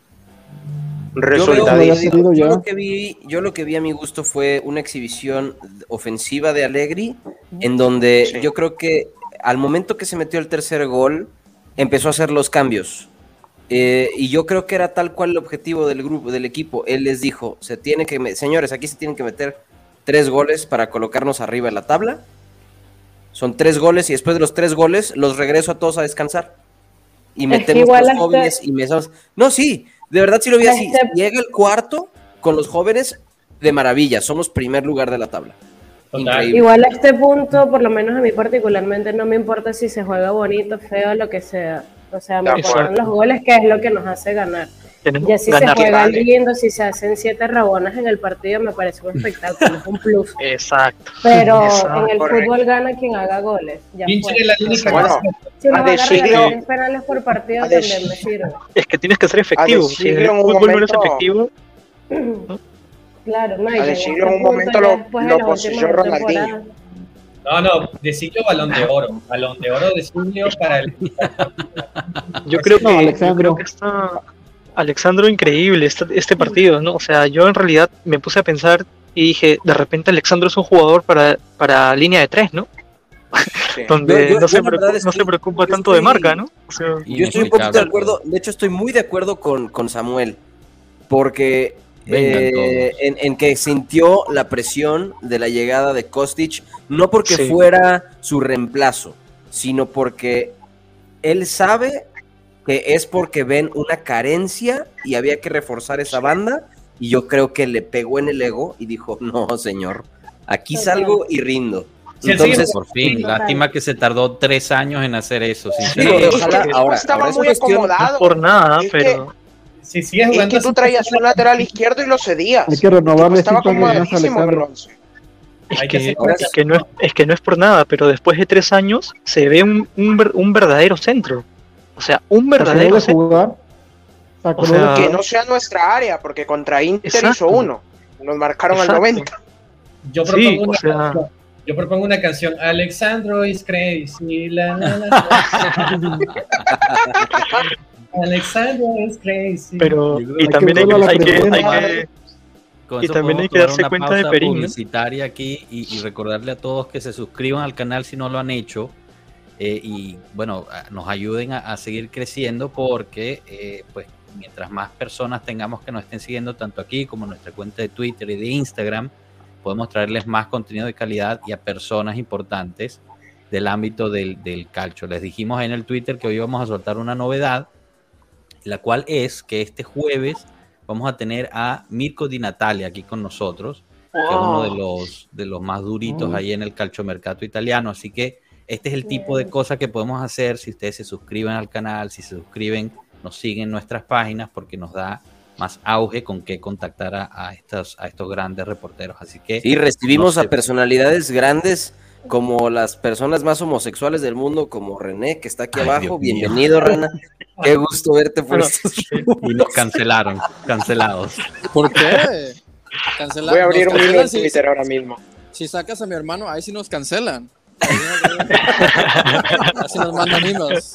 Resultadísimo. Yo, yo, lo que vi, yo lo que vi a mi gusto fue una exhibición ofensiva de Allegri, en donde sí. yo creo que al momento que se metió el tercer gol, empezó a hacer los cambios. Eh, y yo creo que era tal cual el objetivo del grupo, del equipo. Él les dijo, se tiene que, señores, aquí se tienen que meter tres goles para colocarnos arriba en la tabla. Son tres goles y después de los tres goles los regreso a todos a descansar. Y metemos a los jóvenes este... y me... No, sí, de verdad sí lo vi así. Este... Llega el cuarto con los jóvenes de maravilla. Somos primer lugar de la tabla. Increíble. Igual a este punto, por lo menos a mí particularmente, no me importa si se juega bonito, feo, lo que sea. O sea, me importan los goles, que es lo que nos hace ganar. Ya si se juega lindo, si se hacen siete rabonas en el partido, me parece un espectáculo, es un plus. Exacto. Pero Exacto. en el Correcto. fútbol gana quien haga goles. Ya la única bueno, si uno va a ganar penales por partido, también me sirve. Es que tienes que ser efectivo. Si en el fútbol momento... no eres efectivo... ¿no? Claro, no. A decirlo en un momento lo, lo poseyó Ronaldinho. No, no, decirlo balón de oro. Balón de oro decirlo para el... Yo creo que, no, yo creo que está... Alexandro, increíble este, este partido, ¿no? O sea, yo en realidad me puse a pensar y dije, de repente Alexandro es un jugador para, para línea de tres, ¿no? Sí. Donde yo, yo, no, se preocupa, no se preocupa tanto estoy, de marca, ¿no? O sea, yo estoy un poquito de acuerdo, de hecho estoy muy de acuerdo con, con Samuel, porque eh, en, en que sintió la presión de la llegada de Kostic, no porque sí. fuera su reemplazo, sino porque él sabe... que es porque ven una carencia y había que reforzar esa banda y yo creo que le pegó en el ego y dijo, no, señor, aquí salgo y rindo. Entonces, por fin, lástima que se tardó tres años en hacer eso. Sí, ojalá, ahora, estaba ahora muy acomodado. No por nada, es pero... Que, si sigues jugando es que tú traías un lateral izquierdo y lo cedías. Hay que renovarle estaba acomodadísimo en el once. Es que, es, que no es, es que no es por nada, pero después de tres años se ve un, un, un verdadero centro. O sea, un verdadero centro. Jugar, o sea, que no sea nuestra área, porque contra Inter exacto. hizo uno. Nos marcaron exacto. al noventa. Yo propongo, sí, una, o sea... yo propongo una canción, Alexandro is crazy. La, la, la. Alexandro is crazy. Pero, y también hay que... Hay que, hay que y también hay que darse cuenta de Perín, publicitaria aquí y, y recordarle a todos que se suscriban al canal si no lo han hecho eh, y bueno, nos ayuden a, a seguir creciendo porque eh, pues mientras más personas tengamos que nos estén siguiendo tanto aquí como en nuestra cuenta de Twitter y de Instagram, podemos traerles más contenido de calidad y a personas importantes del ámbito del, del calcio. Les dijimos en el Twitter que hoy íbamos a soltar una novedad, la cual es que este jueves vamos a tener a Mirko Di Natalia aquí con nosotros, wow. que es uno de los, de los más duritos mm. ahí en el calciomercato italiano. Así que este es el tipo de cosas que podemos hacer si ustedes se suscriben al canal, si se suscriben, nos siguen en nuestras páginas, porque nos da más auge con qué contactar a, a, estos, a estos grandes reporteros. Así que y recibimos no a personalidades grandes como las personas más homosexuales del mundo, como René, que está aquí Ay, abajo. Dios Bienvenido, mío. Rena. Qué gusto verte por estos y nos cancelaron, cancelados. ¿Por qué? Cancelaron. Voy a abrir un hilo en Twitter si, ahora mismo. Si sacas a mi hermano, ahí sí nos cancelan. Así nos mandan hilos.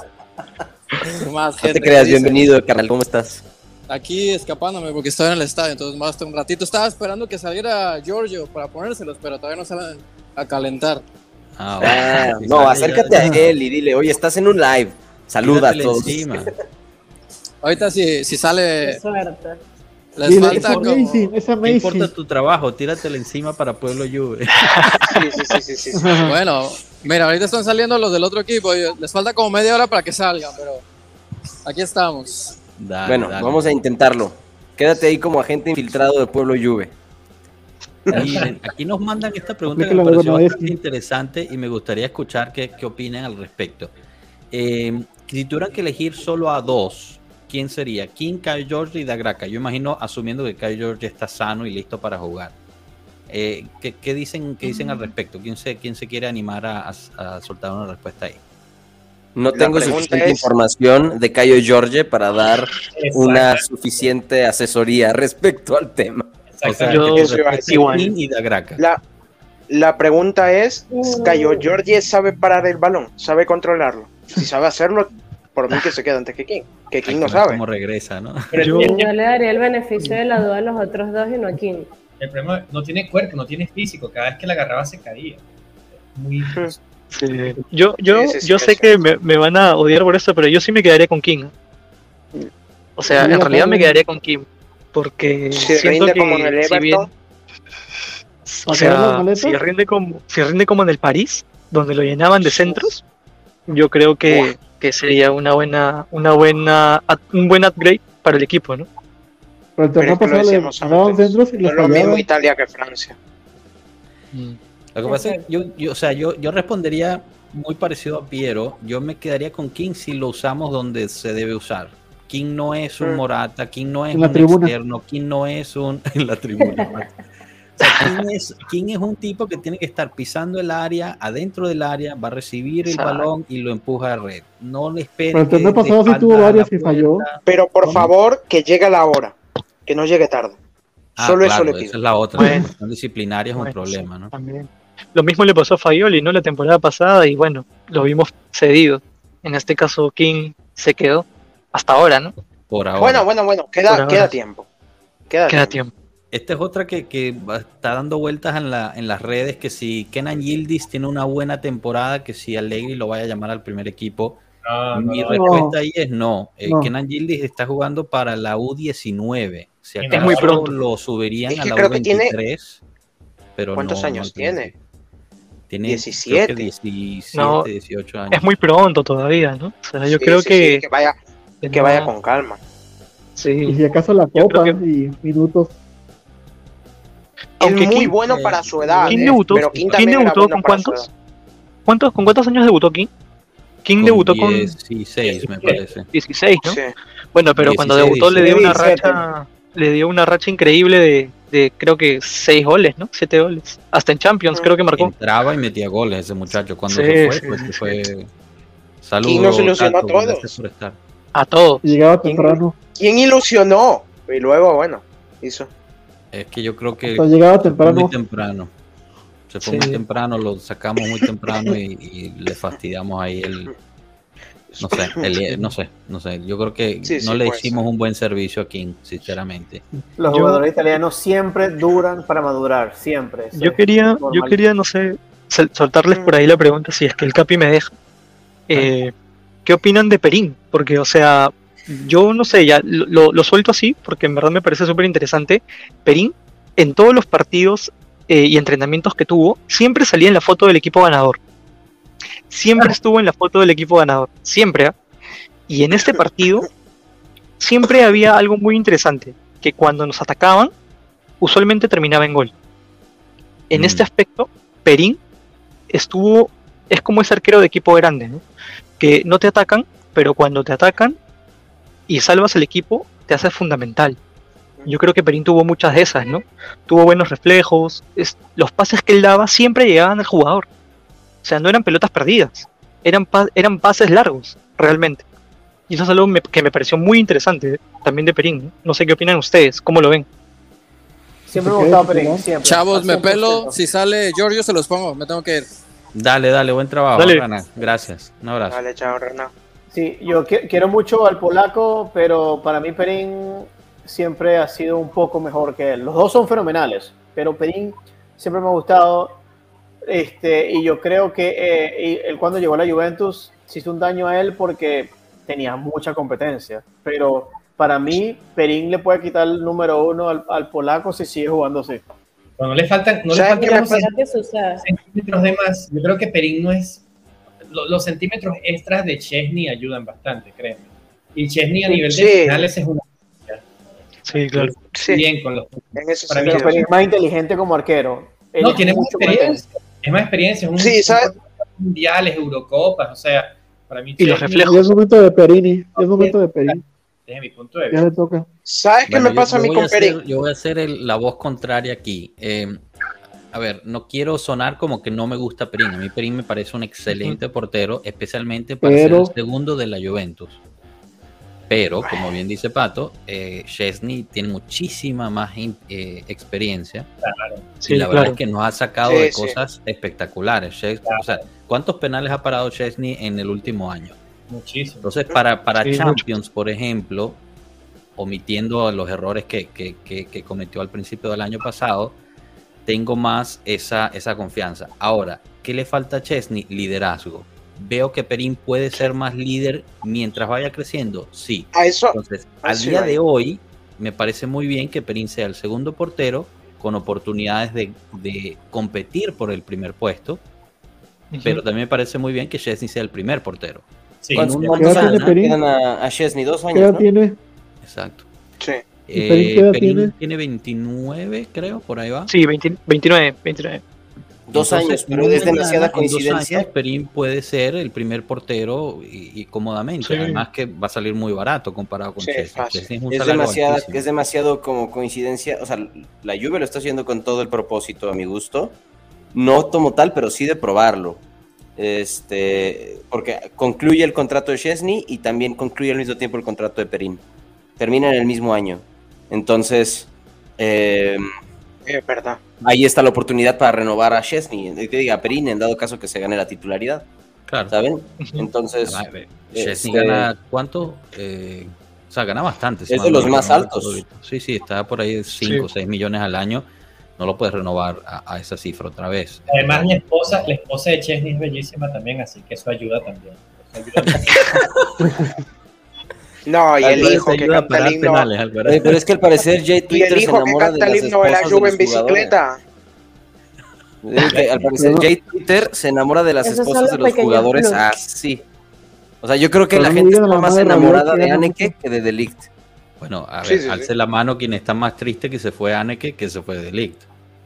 Más gente, no te creas, bienvenido, carnal, ¿cómo estás? Aquí escapándome porque estoy en el estadio, entonces más hasta un ratito. Estaba esperando que saliera Giorgio para ponérselos, pero todavía no salen a calentar. Ah, bueno. ah, no, acércate a él y dile, oye, estás en un live. Saluda a todos. Encima. Ahorita si, si sale... Qué suerte. Les sí, falta es amazing, como... es amazing. No importa tu trabajo, tíratela encima para Pueblo Juve. Sí, sí, sí, sí, sí. Bueno, mira, ahorita están saliendo los del otro equipo. Les falta como media hora para que salgan, pero aquí estamos. Dale, bueno, dale. Vamos a intentarlo. Quédate ahí como agente infiltrado de Pueblo Juve. Miren, aquí nos mandan esta pregunta que me pareció bastante interesante y me gustaría escuchar qué, qué opinan al respecto. Eh, si tuvieran que elegir solo a dos, ¿quién sería? King, Caio Jorge y Dagraca. Yo imagino, asumiendo que Caio Jorge está sano y listo para jugar. Eh, ¿qué, qué dicen, qué dicen al respecto? ¿Quién se, quién se quiere animar a, a, a soltar una respuesta ahí? No tengo suficiente es... información de Caio Jorge para dar Exacto. una suficiente asesoría respecto al tema. O sea, yo, y Dagraca. La, la pregunta es, ¿Caio Jorge sabe parar el balón? ¿Sabe controlarlo? Si sabe hacerlo, por mí que se queda antes que King. Que King Ay, no sabe. ¿Cómo regresa, no? Pero yo... yo le daría el beneficio de la duda a los otros dos y no a King. El problema es no tiene cuerpo, no tiene físico. Cada vez que la agarraba se caía. Muy... Sí. Yo, yo, sí, sí, sí, yo sé que me, me van a odiar por esto, pero yo sí me quedaría con King. O sea, en realidad me quedaría con King. Porque si siento rinde que como en el Everton, si bien, o sea, si rinde como si rinde como en el París, donde lo llenaban de centros, yo creo que, que sería una buena una buena un buen upgrade para el equipo, ¿no? Pero el torneo pasado le ganaban centros y no es lo mismo Italia que Francia. Mm. Lo que pasa es que yo, yo, o sea, yo, yo respondería muy parecido a Piero. Yo me quedaría con King si lo usamos donde se debe usar. King no es un Morata, King no es un tribuna. externo, King no es un... en la tribuna. O sea, King, es, King es un tipo que tiene que estar pisando el área, adentro del área, va a recibir el balón y lo empuja a red. No le espere. Pero el torneo pasado sí tuvo varias y falló. Pero por favor, que llegue a la hora, que no llegue tarde. Ah, Solo claro, eso le pido. Esa es la otra. Bueno, son disciplinarias, es bueno, un problema, ¿no? También. Lo mismo le pasó a Faioli, ¿no? La temporada pasada y bueno, lo vimos cedido. En este caso, King se quedó hasta ahora, ¿no? Por ahora. Bueno, bueno, bueno, queda, queda tiempo. Queda, queda tiempo. tiempo. Esta es otra que, que está dando vueltas en, la, en las redes, que si Kenan Yildiz tiene una buena temporada, que si Allegri lo vaya a llamar al primer equipo. No, Mi no, respuesta no. ahí es no. Eh, no. Kenan Yildiz está jugando para la U diecinueve. Si acaso es muy pronto. Lo subirían es a la creo U veintitrés. Que tiene... Pero ¿Cuántos no, años no tiene? Tiene diecisiete. diecisiete, no, dieciocho años. Es muy pronto todavía, ¿no? O sea, yo sí, creo sí, que... Sí, que vaya, que vaya con calma. Sí. Y si acaso la copa que... y minutos. Aunque es muy King, bueno para su edad. ¿King debutó, pero King ¿King debutó bueno con cuántos? ¿Cuántos? ¿Con cuántos años debutó King? King con debutó con dieciséis, me parece. dieciséis, ¿no? Sí. Bueno, pero dieciséis, cuando debutó dieciséis, le dio una diecisiete. racha, le dio una racha increíble de, de creo que seis goles, ¿no? siete goles. Hasta en Champions, mm. creo que marcó. Entraba y metía goles ese muchacho cuando sí, se fue, sí, pues sí, fue sí. Saludos. ¿Quién nos ilusionó a todos? A todos. Llegaba temprano. ¿Quién ilusionó? Y luego, bueno, hizo. Es que yo creo que Hasta llegaba temprano. Muy temprano. Se fue sí. muy temprano, lo sacamos muy temprano y, y le fastidiamos ahí el, no sé, el, no sé, no sé. Yo creo que sí, no sí, le hicimos ser. un buen servicio a King, sinceramente. Los yo, jugadores italianos siempre duran para madurar, siempre. Yo quería, yo quería, no sé, soltarles por ahí la pregunta si es que el Capi me deja. Eh, ¿Qué opinan de Perín? Porque, o sea, yo no sé, ya lo, lo suelto así porque en verdad me parece súper interesante. Perín, en todos los partidos Eh, y entrenamientos que tuvo, siempre salía en la foto del equipo ganador. Siempre estuvo en la foto del equipo ganador. Siempre. ¿eh? Y en este partido, siempre había algo muy interesante, que cuando nos atacaban, usualmente terminaba en gol. En mm. este aspecto, Perín estuvo, es como ese arquero de equipo grande, ¿no? Que no te atacan, pero cuando te atacan y salvas el equipo, te hace fundamental. Yo creo que Perín tuvo muchas de esas, ¿no? Tuvo buenos reflejos, es, los pases que él daba siempre llegaban al jugador. O sea, no eran pelotas perdidas, eran, pa eran pases largos, realmente. Y eso es algo me que me pareció muy interesante, ¿eh? También de Perín, ¿no? No sé qué opinan ustedes, ¿cómo lo ven? Siempre me ha gustado Perín, siempre. Chavos, me pelo, si sale Giorgio se los pongo, me tengo que ir. Dale, dale, buen trabajo, dale. Rana. Gracias, un abrazo. Dale, chao, Rana. Sí, yo quiero mucho al polaco, pero para mí Perín siempre ha sido un poco mejor que él. Los dos son fenomenales, pero Perín siempre me ha gustado, este, y yo creo que eh, él cuando llegó a la Juventus se hizo un daño a él porque tenía mucha competencia, pero para mí Perín le puede quitar el número uno al, al polaco si sigue jugando así. Bueno, no le faltan, no le faltan centímetros de más. Yo creo que Perín no es, lo, los centímetros extras de Szczęsny ayudan bastante, créeme. Y Szczęsny a nivel sí. de finales es una. Sí, claro. Sí. Bien con los. Para mí es más inteligente como arquero. Él no, tiene más experiencia. Es más experiencia. Es un, sí, ¿sabes? Mundiales, Eurocopas, o sea, para mí. Y los reflejos. Es momento de Perini. Es momento de Perini. Desde mi punto de vista. Ya le toca. ¿Sabes bueno, qué me pasa a mí con Perín? Yo voy a hacer el, la voz contraria aquí. Eh, a ver, no quiero sonar como que no me gusta Perín. A mí Perín me parece un excelente portero, especialmente para Pero... ser el segundo de la Juventus. Pero, como bien dice Pato, eh, Szczęsny tiene muchísima más eh, experiencia. Claro. Sí, y la claro. verdad es que nos ha sacado sí, de sí. cosas espectaculares. Claro. O sea, ¿cuántos penales ha parado Szczęsny en el último año? Muchísimo. Entonces, para, para sí, Champions, mucho. por ejemplo, omitiendo los errores que, que, que, que cometió al principio del año pasado, tengo más esa, esa confianza. Ahora, ¿qué le falta a Szczęsny? Liderazgo. Veo que Perín puede ser más líder mientras vaya creciendo, sí. A eso, Entonces, al día de hoy, me parece muy bien que Perín sea el segundo portero con oportunidades de, de competir por el primer puesto, uh-huh. pero también me parece muy bien que Szczęsny sea el primer portero. Sí. ¿Cuántos años quedan a, a Szczęsny? Dos años, ¿no? Tiene? Exacto. Sí. Eh, Perín, Perín tiene? tiene veintinueve, creo, por ahí va. Sí, veinte, veintinueve, veintinueve. Dos Entonces, años, pero es demasiada coincidencia. Años, Perín puede ser el primer portero y, y cómodamente. Sí. Además que va a salir muy barato comparado con sí, Szczęsny. Es, es, demasiada, es demasiado como coincidencia. O sea, la Juve lo está haciendo con todo el propósito, a mi gusto. No como tal, pero sí de probarlo. Este, porque concluye el contrato de Szczęsny y también concluye al mismo tiempo el contrato de Perín. Termina en el mismo año. Entonces, eh, es verdad. Ahí está la oportunidad para renovar a Szczęsny, que diga Perín, en dado caso que se gane la titularidad. Claro. ¿Saben? Entonces. Ah, Szczęsny este, gana ¿cuánto? Eh, o sea, gana bastante. Es de los más altos. Sí, sí, está por ahí cinco o seis millones al año. No lo puedes renovar a, a esa cifra otra vez. Además, la esposa, la esposa de Szczęsny es bellísima también, así que eso ayuda también. Eso ayuda también. No, y el hijo que canta el himno. Penales, pero es que al parecer Jay Twitter se enamora de las esposas de la Juve en bicicleta. Que, al parecer Jay Twitter se enamora de las Esos esposas de los jugadores así. O sea, yo creo que pero la gente está más enamorada de Anneke que de De Ligt. Bueno, a ver, sí, sí, alce sí. la mano quien está más triste que se fue Anneke que se fue De Ligt.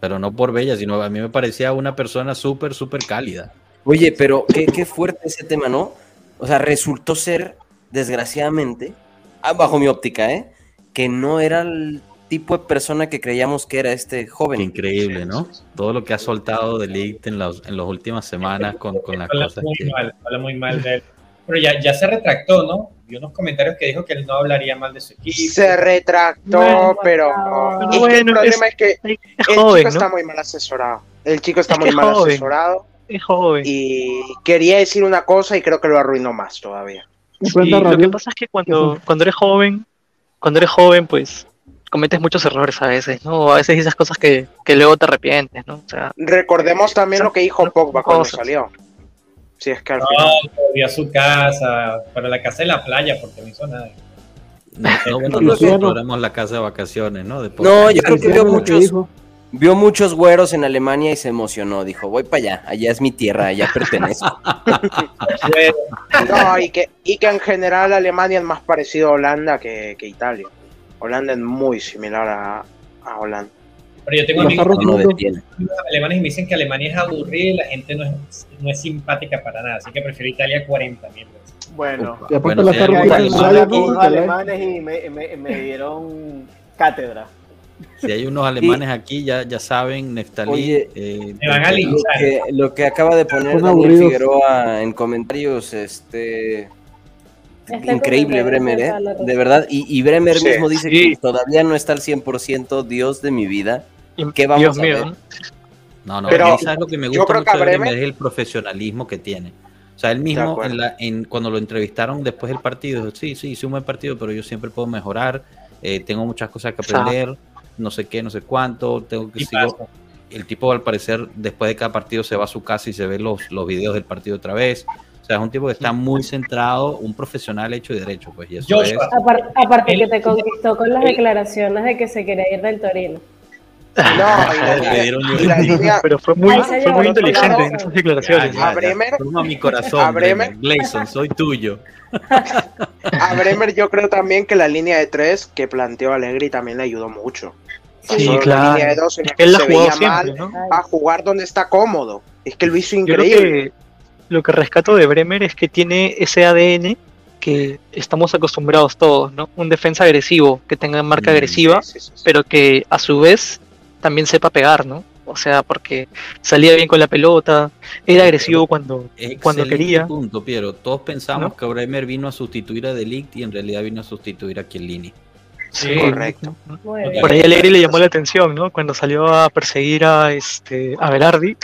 pero no por bella, sino a mí me parecía una persona súper, súper cálida. Oye, pero qué, qué fuerte ese tema, ¿no? O sea, resultó ser, desgraciadamente, bajo mi óptica, ¿eh? Que no era el tipo de persona que creíamos que era este joven. Qué increíble, ¿no? Todo lo que ha soltado de Ligt en, los, en las últimas semanas con, con las habla cosas muy que... mal, habla muy mal de él. Pero ya, ya se retractó, ¿no? Vi unos comentarios que dijo que él no hablaría mal de su equipo. Se retractó, bueno, pero... No, es bueno, que el problema es, es que es el joven, chico ¿no? está muy mal asesorado. El chico está es muy mal joven. asesorado. Es joven. Y quería decir una cosa y creo que lo arruinó más todavía. Sí, lo que pasa es que cuando, cuando eres joven, cuando eres joven, pues cometes muchos errores a veces, ¿no? A veces dices cosas que, que luego te arrepientes, ¿no? O sea, recordemos también lo que dijo Pogba cuando salió. Si es que al no, final... volvió a su casa, para la casa de la playa, porque no hizo nada. No, no, bueno, nosotros éramos la casa de vacaciones, ¿no? De no, yo creo que vio muchos, vio muchos güeros en Alemania y se emocionó. Dijo, voy para allá, allá es mi tierra, allá pertenezco. No, y que, y que en general Alemania es más parecido a Holanda que, que Italia. Holanda es muy similar a, a Holanda. Pero yo tengo amigos, no amigos alemanes y me dicen que Alemania es aburrida y la gente no es, no es simpática para nada, así que prefiero Italia cuarenta mil veces. Bueno, y bueno si hay unos alemanes y me, me, me dieron cátedra. Si hay unos alemanes aquí, ya, ya saben, Neftalí. Oye, eh, me van a linchar. Lo que, lo que acaba de poner Daniel Figueroa en comentarios, este... Está increíble Bremer, ¿eh? De verdad, y, y Bremer sí, mismo dice sí. que todavía no está al cien por ciento Dios de mi vida. ¿Qué vamos Dios a ver? Mío. No, no, pero ¿sabes lo que me gusta mucho de Bremer? Es el profesionalismo que tiene. O sea, él mismo, en la, en, cuando lo entrevistaron después del partido, dijo, sí, sí, hice un buen partido, pero yo siempre puedo mejorar, eh, tengo muchas cosas que aprender, ah. no sé qué, no sé cuánto, tengo que sigo. El tipo, al parecer, después de cada partido se va a su casa y se ve los, los videos del partido otra vez. O sea, es un tipo que está muy centrado, un profesional hecho y derecho, pues, y eso Yo, es... Aparte, aparte que te conquistó con las declaraciones de que se quería ir del Torino. No, y la, y la línea, pero fue muy, fue muy inteligente en esas declaraciones. Ya, ya, a Bremer, toma mi corazón, a Bremer, Gleison, soy tuyo. A Bremer yo creo también que la línea de tres que planteó Allegri también le ayudó mucho. Sí, Pasó claro. La línea de dos en la que él la se jugó veía siempre, mal, ¿no? a jugar donde está cómodo. Es que lo hizo increíble. Yo creo que lo que rescato de Bremer es que tiene ese A D N que estamos acostumbrados todos, ¿no? Un defensa agresivo, que tenga marca mm, agresiva, sí, sí, sí, sí. pero que a su vez también sepa pegar, ¿no? O sea, porque salía bien con la pelota, era agresivo cuando, cuando quería. Punto, Piero. Todos pensamos ¿no? que Bremer vino a sustituir a De Ligt y en realidad vino a sustituir a Chiellini. Sí, correcto. Por ahí Allegri le llamó la atención, ¿no? Cuando salió a perseguir a este a Berardi.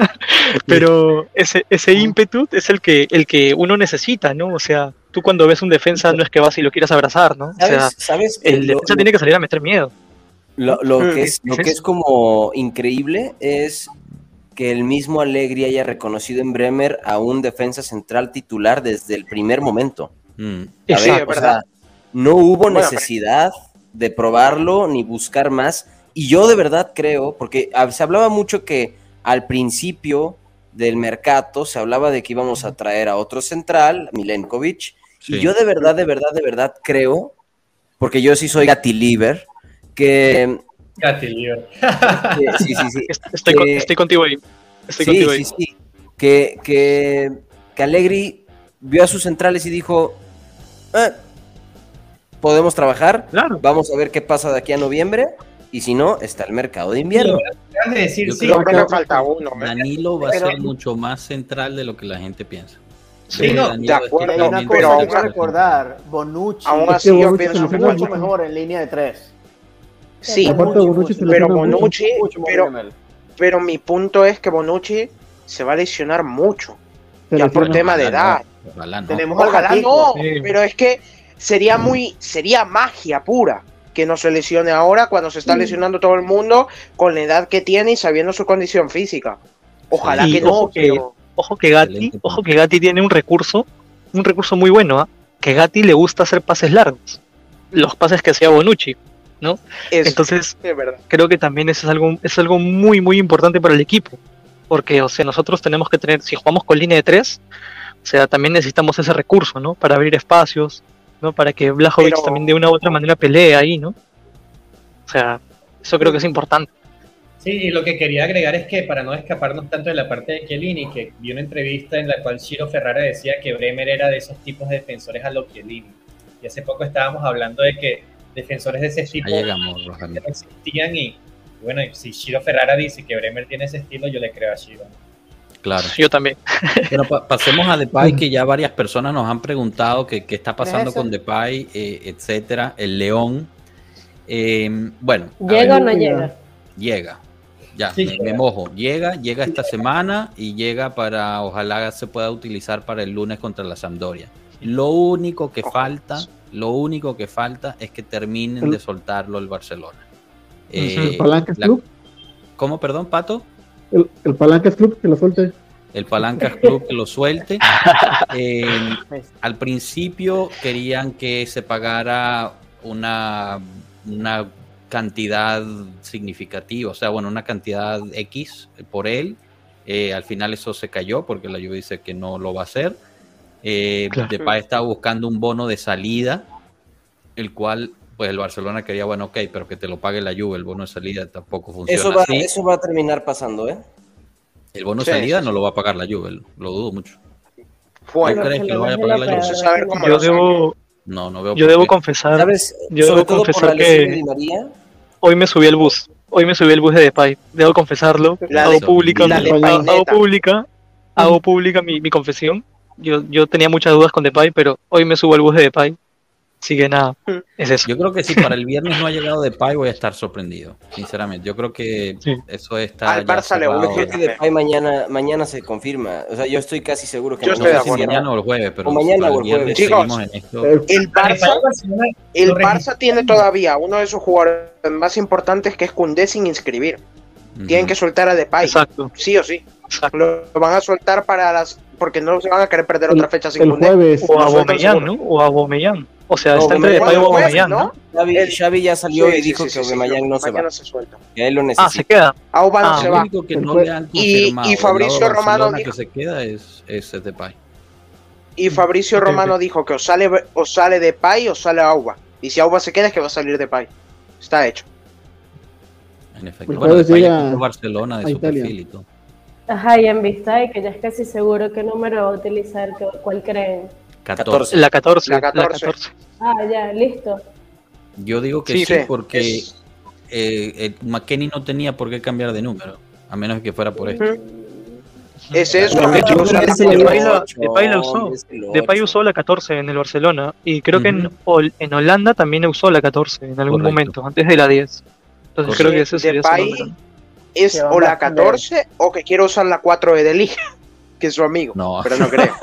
Pero ese ese ímpetu es el que el que uno necesita, ¿no? O sea, tú cuando ves un defensa no es que vas y lo quieras abrazar, ¿no? O sea, ¿sabes? ¿sabes? el lo, defensa lo, tiene que salir a meter miedo. Lo, lo que es lo que es como increíble es que el mismo Allegri haya reconocido en Bremer a un defensa central titular desde el primer momento. Mm. A sí, ver, o sea, no hubo necesidad de probarlo ni buscar más. Y yo de verdad creo, porque se hablaba mucho que al principio del mercado se hablaba de que íbamos a traer a otro central, Milenkovic, sí. Y yo de verdad, de verdad, de verdad creo, porque yo sí soy Gatiliver, que... Gatiliver. Sí, sí, sí. Estoy, que, estoy contigo ahí. Estoy sí, contigo sí, ahí. sí. Que, que, que Allegri vio a sus centrales y dijo... Eh, podemos trabajar, claro. Vamos a ver qué pasa de aquí a noviembre, y si no, está el mercado de invierno. Sí, decir, Yo sí, creo que me falta uno. Danilo va pero, a ser mucho más central de lo que la gente piensa. Sí, no, de acuerdo, pero, una pero hay que recordar, Bonucci, aún así yo pienso mucho, mucho mejor en línea de tres. Sí, Bonucci, pero Bonucci, pero, pero mi punto es que Bonucci se va a lesionar mucho, ya por tema de edad. Ojalá no, Tenemos ojalá no, sí. Pero es que sería muy, sería magia pura que no se lesione ahora cuando se está lesionando todo el mundo con la edad que tiene y sabiendo su condición física. Ojalá sí, que no. Ojo que, pero... ojo que Gatti, ojo que Gatti tiene un recurso, un recurso muy bueno, ¿eh? Que Gatti le gusta hacer pases largos, los pases que hacía Bonucci, ¿no? Es, Entonces, es verdad. Creo que también eso es algo, es algo muy, muy importante para el equipo, porque, o sea, nosotros tenemos que tener, si jugamos con línea de tres, o sea, también necesitamos ese recurso, ¿no? Para abrir espacios, ¿no? Para que Blažević también de una u otra manera pelee ahí, ¿no? O sea, eso creo que es importante. Sí, y lo que quería agregar es que para no escaparnos tanto de la parte de Chiellini, que vi una entrevista en la cual Ciro Ferrara decía que Bremer era de esos tipos de defensores a lo Chiellini. Y hace poco estábamos hablando de que defensores de ese tipo llegamos, no existían y bueno, si Ciro Ferrara dice que Bremer tiene ese estilo, yo le creo a Ciro. Claro. Yo también. Bueno, pa pasemos a Depay, que ya varias personas nos han preguntado qué está pasando con Depay, eh, etcétera. El León. Eh, bueno. ¿Llega o no llega? Llega. Ya, sí, me, me mojo. Llega, llega esta semana y llega para, ojalá se pueda utilizar para el lunes contra la Sampdoria. Lo único que falta, lo único que falta es que terminen de soltarlo el Barcelona. Eh, ¿El Palancas la, Club? ¿Cómo, perdón, Pato? El, el Palancas Club, que lo suelte. El Palancas Club que lo suelte. Eh, al principio querían que se pagara una, una cantidad significativa, o sea, bueno, una cantidad X por él. Eh, al final eso se cayó porque la Juve dice que no lo va a hacer. Eh, claro. Depay estaba buscando un bono de salida, el cual pues el Barcelona quería, bueno, ok, pero que te lo pague la Juve, el bono de salida tampoco funciona eso va, así. Eso va a terminar pasando, ¿eh? El bono de sí, salida sí, no sí. lo va a pagar la Juve, lo dudo mucho. Bueno, ¿Tú crees que lo vaya a pagar la Juve? Saber cómo yo debo, no, no veo yo debo confesar, ¿sabes? Yo Sobre debo todo confesar por la que de Di María. Hoy me subí el bus, hoy me subí el bus de Depay, debo confesarlo, la hago de, pública, la de hago, hago pública, hago pública mi, mi confesión. Yo, yo tenía muchas dudas con Depay, pero hoy me subo al bus de Depay. Así que nada, es eso. Yo creo que si para el viernes no ha llegado Depay, voy a estar sorprendido, sinceramente. Yo creo que sí. eso está al Barça le Yo creo que Depay mañana, mañana se confirma. O sea, yo estoy casi seguro que yo mañana, estoy no sé si mañana o el jueves, pero o mañana o el jueves. Chicos, en esto. el Barça, el Barça tiene todavía uno de sus jugadores más importantes, que es Koundé, sin inscribir. Uh-huh. Tienen que soltar a Depay. Exacto. Sí o sí. Exacto. Lo van a soltar para las, porque no se van a querer perder el, otra fecha sin el Koundé. Jueves. O a Aubameyang, ¿no? O a Aubameyang. O sea, está entre Depay y Aubameyang, ¿no? Xavi, el, Xavi ya salió sí, y dijo sí, sí, que Aubameyang sí, no se va. Se suelta. Que él lo necesita. Ah, se queda. Auba no ah, se va. Que no le han y, y Fabricio Romano dijo que se queda es, es Depay. Y Fabricio okay, Romano okay. dijo que o sale o sale Depay o sale Auba. Y si Auba se queda es que va a salir Depay. Está hecho. En efecto. Bueno, Depay llega a Barcelona de su perfil y todo. Ajá, y en vista de que ya es casi seguro qué número va a utilizar, ¿cuál creen? catorce. La catorce. La catorce. La catorce. Ah, ya, listo. Yo digo que sí, sí porque es... eh, eh, McKennie no tenía por qué cambiar de número, a menos que fuera por esto. Es eso. Depay la usó. Depay usó la catorce en el Barcelona y creo uh-huh. que en, en Holanda también usó la catorce en algún Correcto. momento, antes de la diez. Entonces Correcto. creo que ese sería Depay es o la catorce o que quiere usar la cuatro de Deli, que es su amigo, no. pero no creo.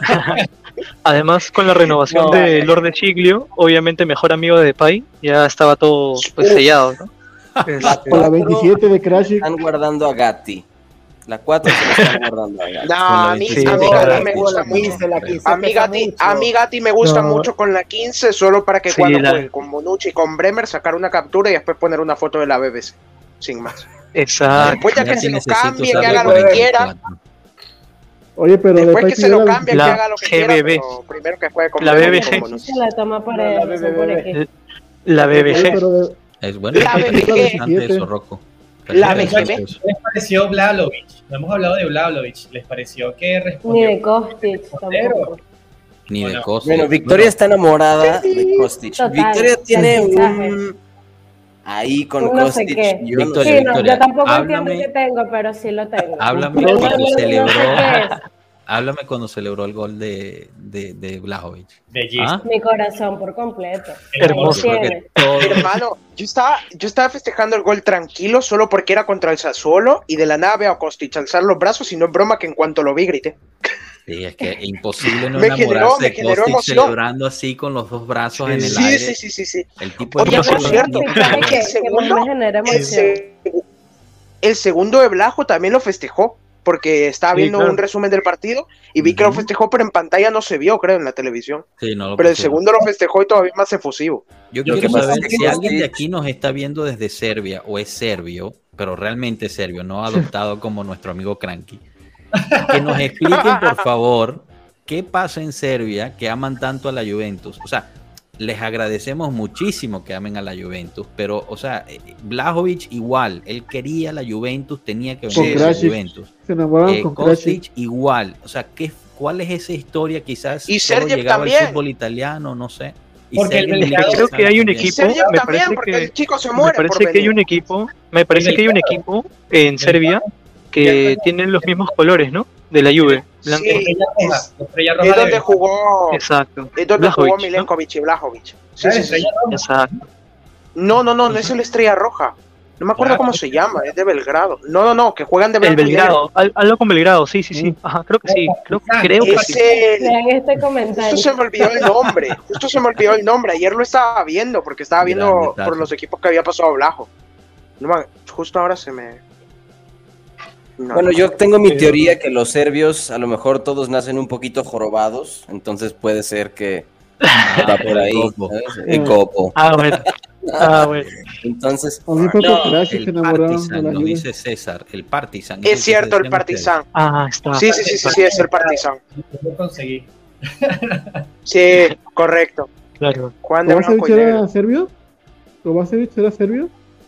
Además, con la renovación no, de eh. Lord de Chiglio, obviamente mejor amigo de Depay, ya estaba todo pues, sellado, ¿no? La, con la veintisiete de Crash están guardando a Gatti. La cuatro se la están guardando a Gatti. No, a mí, sí, a mí Gatti me gusta mucho. A mí Gatti, a mí Gatti me gusta no. mucho con la quince, solo para que sí, cuando la... jueguen con Bonucci y con Bremer sacar una captura y después poner una foto de la B B C, sin más. Exacto. Después ya que se lo cambie, que haga lo que quiera. Oye, pero después que se lo cambie, que haga lo que G B B. quiera, pero primero que juegue con la B B G. La toma para la B B G. La B B G. Es bueno. La B B G. Eso, Rocco. La B G B. ¿Qué les pareció Vlahovic? No hemos hablado de Vlahovic. ¿Les pareció que respondió? Ni de Kostic tampoco. Ni de Kostic. Bueno, Victoria está enamorada de Kostic. Total, Victoria tiene un... Ahí con no Kostic. Sé qué. Yo, Victoria, sí, no, Victoria, yo tampoco háblame, entiendo que tengo, pero sí lo tengo. Háblame no, cuando no, celebró. No háblame cuando celebró el gol de, de, de Vlahovic. De ¿Ah? Mi corazón por completo. Hermoso. Todo... Hermano, yo estaba, yo estaba festejando el gol tranquilo solo porque era contra el Sassuolo y de la nada veo a Kostic alzar los brazos y no es broma que en cuanto lo vi grité. Sí, es que es imposible no me enamorarse generó, me de Kostic celebrando así con los dos brazos sí, en el sí, aire. Sí, sí, sí, sí. El tipo Oye, por cierto, que, el, segundo, el, se, el segundo de Blajo también lo festejó, porque estaba viendo sí, claro. un resumen del partido y vi uh-huh. que lo festejó, pero en pantalla no se vio, creo, en la televisión. Sí, no lo pero el segundo lo festejó y todavía más efusivo. Yo quiero saber si alguien de aquí nos está viendo desde Serbia o es serbio, pero realmente serbio, no adoptado como nuestro amigo Cranky. Que nos expliquen, por favor, qué pasa en Serbia que aman tanto a la Juventus. O sea, les agradecemos muchísimo que amen a la Juventus, pero, o sea, Vlahovic igual, él quería la Juventus, tenía que venir a la Juventus. Se enamoraron eh, con Kostic igual, o sea, ¿qué, ¿cuál es esa historia? Quizás y solo Sergio llegaba también. al fútbol italiano, no sé. Y porque el mercado, creo que hay un equipo, me parece porque que, el chico se muere me parece por que hay un equipo, me parece que hay un equipo en Serbia que tienen los mismos colores, ¿no? De la Juve. Sí, es, es donde jugó. Exacto. Es donde Blajovic, jugó Milenkovic, ¿no? Y Vlahovic. Sí, sí, sí. Exacto. No, no, no, no es el Estrella Roja. No me acuerdo cómo se llama, es de Belgrado. No, no, no, que juegan de Belgrado. El Belgrado, Al, algo con Belgrado, sí, sí, sí. Ajá, creo que sí. Creo, creo que sí. Vean este comentario. Justo se me olvidó el nombre. Justo se me olvidó el nombre. Ayer lo estaba viendo porque estaba viendo por los equipos que había pasado Blajo. No, justo ahora se me. No, bueno, yo tengo mi teoría que los serbios a lo mejor todos nacen un poquito jorobados, entonces puede ser que va por ahí, el copo. Ah, bueno. Ah, bueno. Entonces, no, el Partizan, nos dice César, el Partizan. Es cierto, el Partizan. Ah, está. Sí, sí, sí, sí, sí, es el Partizan. Lo conseguí. Sí, correcto. Claro. ¿Kovacevic era serbio? ¿Kovacevic era serbio?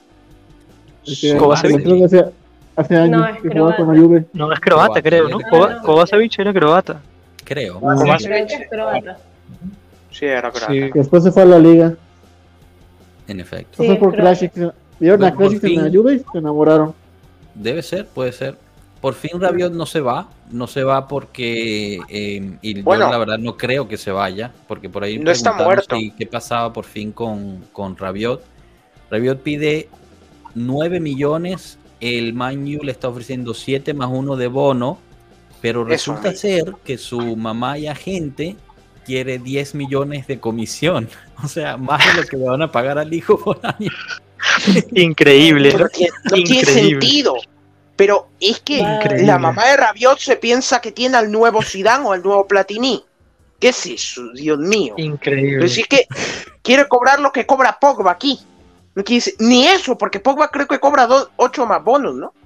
¿Kovacevic? Hace años no, es que jugaba con la Juve. No, es croata, creo, ¿no? Ah, Kovacevic era croata. Creo. Kovacevic es croata. Sí, era croata. Sí. Después se fue a la liga. En efecto. Sí, fue por Krasic. Vieron a Krasic en la Juve y se enamoraron. Debe ser, puede ser. Por fin Rabiot no se va. No se va porque... Eh, y bueno, yo la verdad no creo que se vaya. Porque por ahí no está muerto. Si, qué pasaba por fin con, con Rabiot. Rabiot pide nueve millones... El Man U le está ofreciendo siete más uno de bono, pero resulta Eso, ser que su mamá y agente quiere diez millones de comisión, o sea, más de lo que le van a pagar al hijo por año. Increíble, no, tiene, no Increíble. tiene sentido, pero es que Increíble. La mamá de Rabiot se piensa que tiene al nuevo Zidane o al nuevo Platini. ¿Qué es eso? Dios mío. Increíble. Pero si es que quiere cobrar lo que cobra Pogba aquí. No quiere, ni eso, porque Pogba creo que cobra dos, ocho más bonos, ¿no?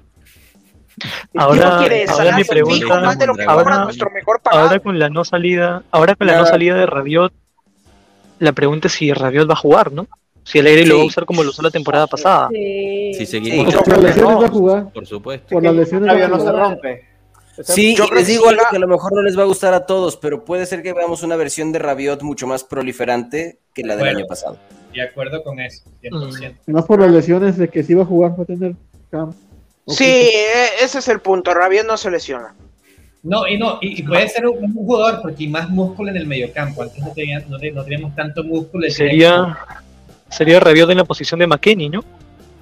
Ahora, no ahora mi pregunta, más de lo que ahora, cobra nuestro mejor pagado. Ahora con la no salida, ahora con la no salida de Rabiot, la pregunta es si Rabiot va a jugar, ¿no? Si el aire sí. lo va a usar como lo usó la temporada pasada. Sí. Si seguimos, sí, por las lesiones va a jugar. Por supuesto. Por las lesiones Rabiot no se rompe. Sí, yo les digo algo que a lo mejor no les va a gustar a todos, pero puede ser que veamos una versión de Rabiot mucho más proliferante que la del bueno. año pasado. De acuerdo con eso, cien por ciento. Y más por las lesiones de que si va a jugar, va a tener camp. Sí, ese es el punto. Rabiot no se lesiona. No, y no, y, y puede ser un, un jugador porque hay más músculo en el mediocampo. Antes no teníamos, no, no teníamos tanto músculo. Sería, sería Rabiot en la posición de McKennie, ¿no?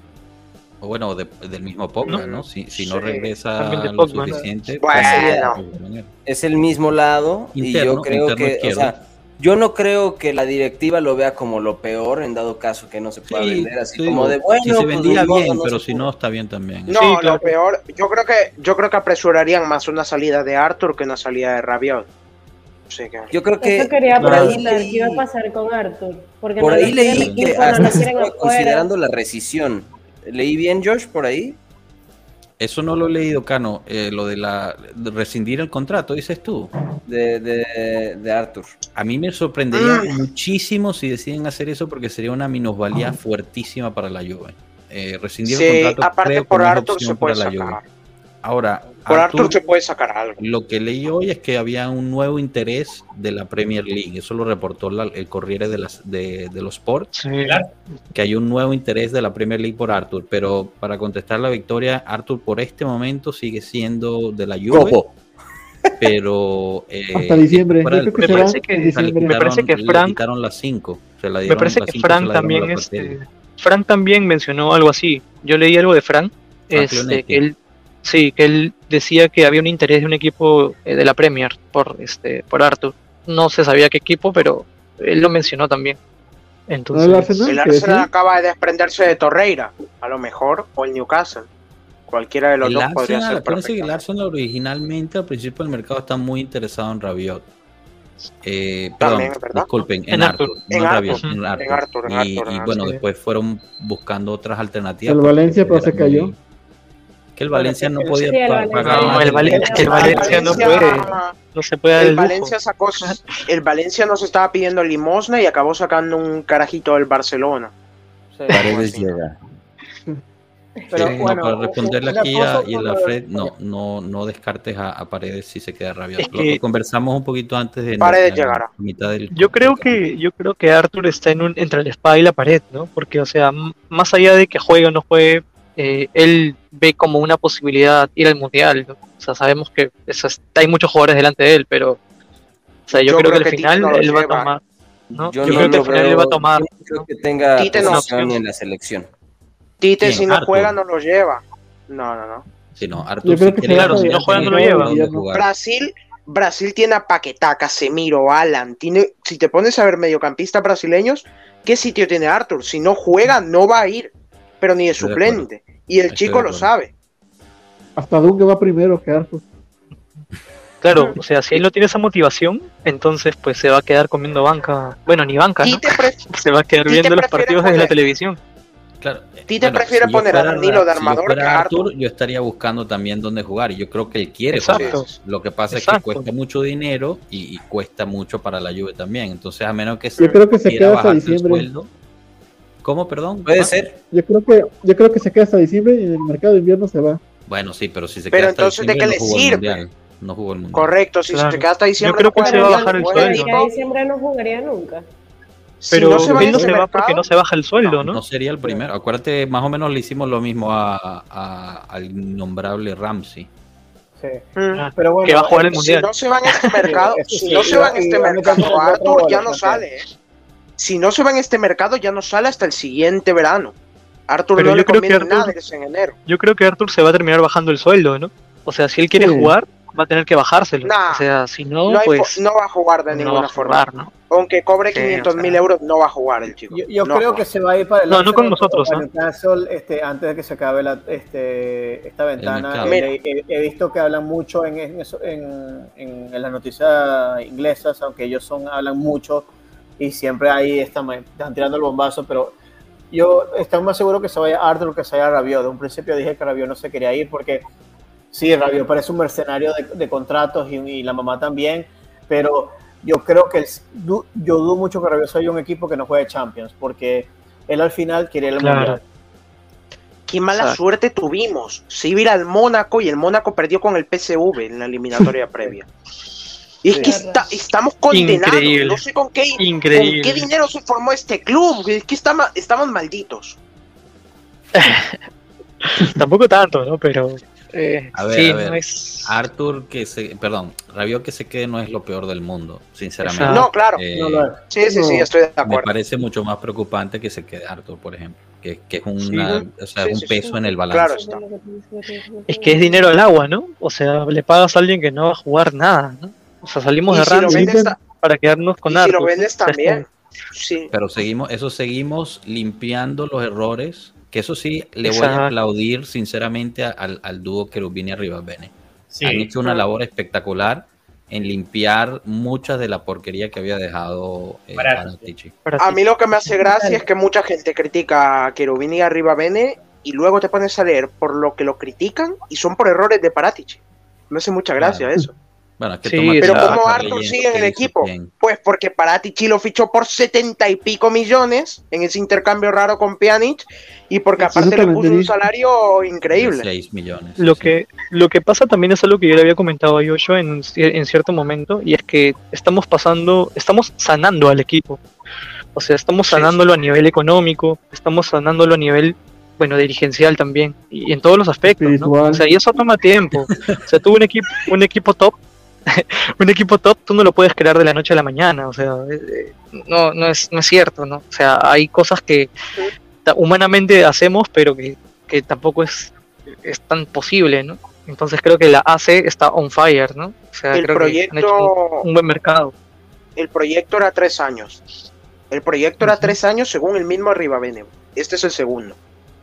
O bueno, de, del mismo Pogba, ¿no? ¿no? Si, si sí. no regresa lo Pogba, suficiente. ¿no? Bueno. Es el mismo lado interno, y yo creo que, o sea, yo no creo que la directiva lo vea como lo peor, en dado caso que no se pueda sí, vender así sí, como de bueno. Si se vendía pues, bien, no pero se si no está bien también. No, sí, claro. Lo peor, yo creo que yo creo que apresurarían más una salida de Arthur que una salida de Rabiot. Sí, que... Yo creo que eso quería preguntar, ¿qué iba a pasar con Arthur? Porque por no ahí leí que equipo, hasta no se estaba considerando la rescisión. ¿Leí bien, Josh, por ahí? Eso no lo he leído, Cano. Eh, lo de la de rescindir el contrato, dices tú. De, de, de Arthur. A mí me sorprendería mm. muchísimo si deciden hacer eso porque sería una minusvalía fuertísima para la Juve. Eh, rescindir sí, el contrato aparte creo por que no es Arthur opción se puede para la sacar. Juve. Ahora, por Arthur, Arthur se puede sacar algo. Lo que leí hoy es que había un nuevo interés de la Premier League. Eso lo reportó la, el Corriere de, las, de, de los Sports. Sí. Que hay un nuevo interés de la Premier League por Arthur. Pero para contestar la victoria, Arthur por este momento sigue siendo de la Juve. Ojo. Pero eh, hasta diciembre. El, me, parece que, diciembre. me parece que Frank. Le quitaron las cinco. Me parece que Frank también, este, Frank también mencionó algo así. Yo leí algo de Frank. Este, que él. Sí, que él decía que había un interés de un equipo de la Premier por este por Arthur. No se sabía qué equipo, pero él lo mencionó también. Entonces, ¿el Arsenal, el Arsenal acaba de desprenderse de Torreira, a lo mejor, o el Newcastle. Cualquiera de los el dos Arsenal, podría ser perfecto. Que el Arsenal originalmente al principio del mercado está muy interesado en Rabiot. Eh, perdón, También, disculpen, en, en Arthur, Arthur, no en, en Arthur, Rabiot, en Arthur. En Arthur, en y, Arthur, y en bueno, Arthur. después fueron buscando otras alternativas. El Valencia, pero se cayó. Que el Valencia no podía sí, el pagar. Valencia. No, el, Valen- es que el Valencia no puede. No se puede dar El el lujo. Valencia sacó, el Valencia nos estaba pidiendo limosna y acabó sacando un carajito del Barcelona. Sí, Paredes sí. llega. Pero Sí, no, bueno, para responderle una aquí cosa a, y a la por- Fred, no, no, no descartes a, a Paredes si se queda rabioso. Es Lo que- que conversamos un poquito antes de Paredes de la llegará. mitad del. Yo creo del capítulo. que yo creo que Arthur está en un, entre la espada y la pared, ¿no? Porque, o sea, m- más allá de que juegue o no juegue, eh, él ve como una posibilidad ir al mundial, ¿no? O sea, sabemos que eso es- hay muchos jugadores delante de él, pero, o sea, yo, Yo creo, creo que al que final Tite no lo él va a lleva, tomar, ¿no? Yo, Yo, no creo que lo al final veo, él va a tomar, yo no creo que tenga Tite no. posición en la selección. Tite, ¿Quién? si no Arthur. juega, no lo lleva. No, no, no. Sí, no, Yo Arthur, creo si que quiere se ir al Claro, si mundial, no juega, tiene no lo que lleva. saber dónde jugar. Brasil, Brasil tiene a Paquetá, Casemiro, Alan. Tiene, si te pones a ver mediocampistas brasileños, ¿qué sitio tiene Arthur? Si no juega, no va a ir, pero ni de Estoy de suplente. Y el Estoy chico de lo acuerdo. sabe. Hasta Dunga va primero que Arthur. Claro, o sea, si él no tiene esa motivación, entonces pues se va a quedar comiendo banca, bueno, ni banca, ¿no? Tite, pre- Se va a quedar Tite viendo los prefiere partidos desde la poner- televisión. Claro. eh, Tite prefiere yo poner a fuera Danilo de Ra- si yo armador fuera que a Arthur. Arthur, yo estaría buscando también dónde jugar. Y yo creo que él quiere Exacto. jugar. Lo que pasa Exacto. es que cuesta mucho dinero y, y cuesta mucho para la Juve también. Entonces, a menos que Yo creo que se quiera queda hasta bajarse el diciembre. sueldo. ¿Cómo, perdón? Puede ¿Ah? ser. Yo creo que yo creo que se queda hasta diciembre y en el mercado de invierno se va. Bueno, sí, pero si se Pero queda hasta entonces, ¿de diciembre, qué no le jugó el sirve? mundial. No jugó el mundial. Correcto, si Claro. se te queda hasta diciembre, Yo creo no que se juega va a el bajar el mundial, sueldo. juega En el diciembre no jugaría nunca. Si Pero no se va él en no este se va porque mercado, no se baja el sueldo, ¿no? No sería el primero. Acuérdate, más o menos le hicimos lo mismo a, a- al innombrable Ramsey. Sí. mm, Pero bueno, Que va a jugar el eh, si mundial. no se va en este mercado, Eso si sí, no se iba- va en este iba a meter mercado, cuatro Arthur ya goles, no ¿no? sale. ¿eh? Si no se va en este mercado, ya no sale hasta el siguiente verano. Arthur Pero no yo le creo que conviene Arthur- nada irse en enero. Yo creo que Arthur se va a terminar bajando el sueldo, ¿no? O sea, si él quiere Sí. jugar, va a tener que bajárselo. Nah. O sea, si no, No, hay pues fo- no va a jugar de no ninguna va a forma. jugar, ¿no? Aunque cobre Sí, quinientos mil o sea. euros, no va a jugar el chico. Yo, yo No creo va a que jugar. se va a ir para el No, no con Arsenal nosotros, o ¿no? para Newcastle, este, antes de que se acabe la, este, esta ventana. mercado. He, he- he visto que hablan mucho en, en, eso- en, en- en las noticias inglesas, aunque ellos son hablan mucho y siempre ahí están, están tirando el bombazo, pero yo estoy más seguro que se vaya Arthur que se vaya Rabiot. De un principio dije que Rabiot no se quería ir porque sí, Rabiot parece un mercenario de, de contratos y, y la mamá también, pero yo creo que el- du- yo dudo mucho que Rabiot sea un equipo que no juegue Champions, porque él al final quiere el Claro. mundial. Qué mala Exacto. suerte tuvimos. Se iba a ir al Mónaco y el Mónaco perdió con el P S V en la eliminatoria previa. Y es Sí. que está- estamos condenados. Increíble. No sé con qué, Increíble. con qué dinero se formó este club. Es que estamos, estamos malditos. Tampoco tanto, ¿no? Pero eh, A ver, sí, a ver. no es. Arthur que se, perdón, Rabiot que se quede no es lo peor del mundo, sinceramente. Exacto. No, claro. Eh, No lo es. Sí, sí, sí, No. estoy de me acuerdo. parece mucho más preocupante que se quede Arthur, por ejemplo, que, que es una, Sí. o sea, Sí, es un sí, peso sí. en el balance. Claro está. Es que es dinero al agua, ¿no? O sea, le pagas a alguien que no va a jugar nada, ¿no? O sea, salimos Y de si lo Ramsey vendes, ta- para quedarnos con y si Arthur. lo vendes O sea, es también. Sí. Pero seguimos, eso seguimos limpiando los errores, que eso sí le voy Exacto. a aplaudir sinceramente a- al, al dúo Cherubini y Arribabene. Sí. Han hecho una labor espectacular en limpiar muchas de la porquería que había dejado eh, Paratici. Paratici. para A ti. mí lo que me hace gracia es que mucha gente critica a Cherubini y a Rivabene y luego te pones a leer por lo que lo critican y son por errores de Paratici. Me hace mucha gracia Claro. eso. Bueno, es que Sí, tómate Pero la exacto. ¿cómo vaca Arthur leyendo sigue en qué el hizo equipo? quién. Pues porque Paratici lo fichó por setenta y pico millones en ese intercambio raro con Pjanic y porque Sí, aparte le exactamente, puso un sí. salario increíble. seis millones. Lo sí. que, lo que pasa también es algo que yo le había comentado a Joshua en, cier- en cierto momento, y es que estamos pasando, estamos sanando al equipo. O sea, estamos Sí, sanándolo a nivel económico, estamos sanándolo a nivel, bueno, dirigencial también, y en todos los aspectos, ¿no? Espiritual. O sea, y eso toma tiempo. O sea, tú un equipo, un equipo top, un equipo top, tú no lo puedes crear de la noche a la mañana, o sea, eh, no, no es, no es cierto, ¿no? O sea, hay cosas que ta- humanamente hacemos, pero que, que tampoco es, es tan posible, ¿no? Entonces creo que la A C está on fire, ¿no? O sea, El creo que han hecho proyecto, un, un buen mercado. el proyecto era tres años. El proyecto era Ujú. tres años según el mismo Rivabene. Este es el segundo.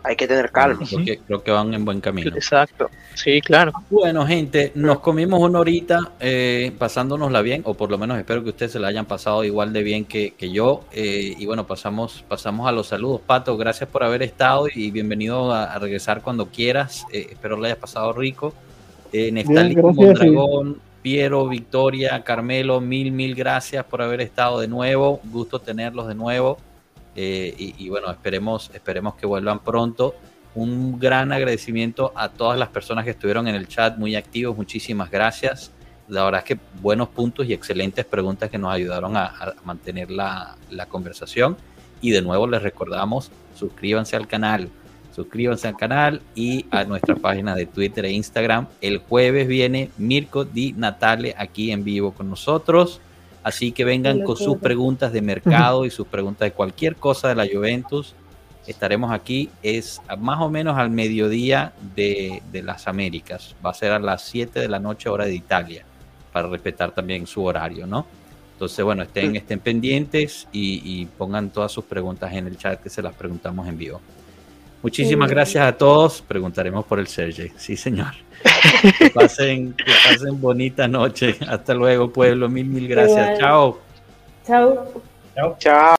Hay que tener calma. Creo que, creo que van en buen camino. Exacto. Sí, claro. Bueno, gente, nos comimos una horita eh, pasándonosla bien, o por lo menos espero que ustedes se la hayan pasado igual de bien que, que yo. Eh, y bueno, pasamos, pasamos a los saludos. Pato, gracias por haber estado y bienvenido a, a regresar cuando quieras. Eh, espero lo hayas pasado rico. Eh, Neftali Mondragón, Piero, Victoria, Carmelo, mil, mil gracias por haber estado de nuevo. Un gusto tenerlos de nuevo. Eh, y, y bueno, esperemos, esperemos que vuelvan pronto. Un gran agradecimiento a todas las personas que estuvieron en el chat muy activos, muchísimas gracias. La verdad es que buenos puntos y excelentes preguntas que nos ayudaron a, a mantener la, la conversación. Y de nuevo les recordamos, suscríbanse al canal, suscríbanse al canal y a nuestra página de Twitter e Instagram. El jueves viene Mirko Di Natale aquí en vivo con nosotros. Así que vengan con sus preguntas de mercado y sus preguntas de cualquier cosa de la Juventus. Estaremos aquí, es más o menos al mediodía de, de las Américas. Va a ser a las siete de la noche, hora de Italia, para respetar también su horario, ¿no? Entonces, bueno, estén, estén pendientes y, y pongan todas sus preguntas en el chat que se las preguntamos en vivo. Muchísimas gracias a todos. Preguntaremos por el Sergey. Sí, señor. Que pasen, que pasen bonita noche. Hasta luego, pueblo. Mil, mil gracias. Chao. Chao. Chao. Chao.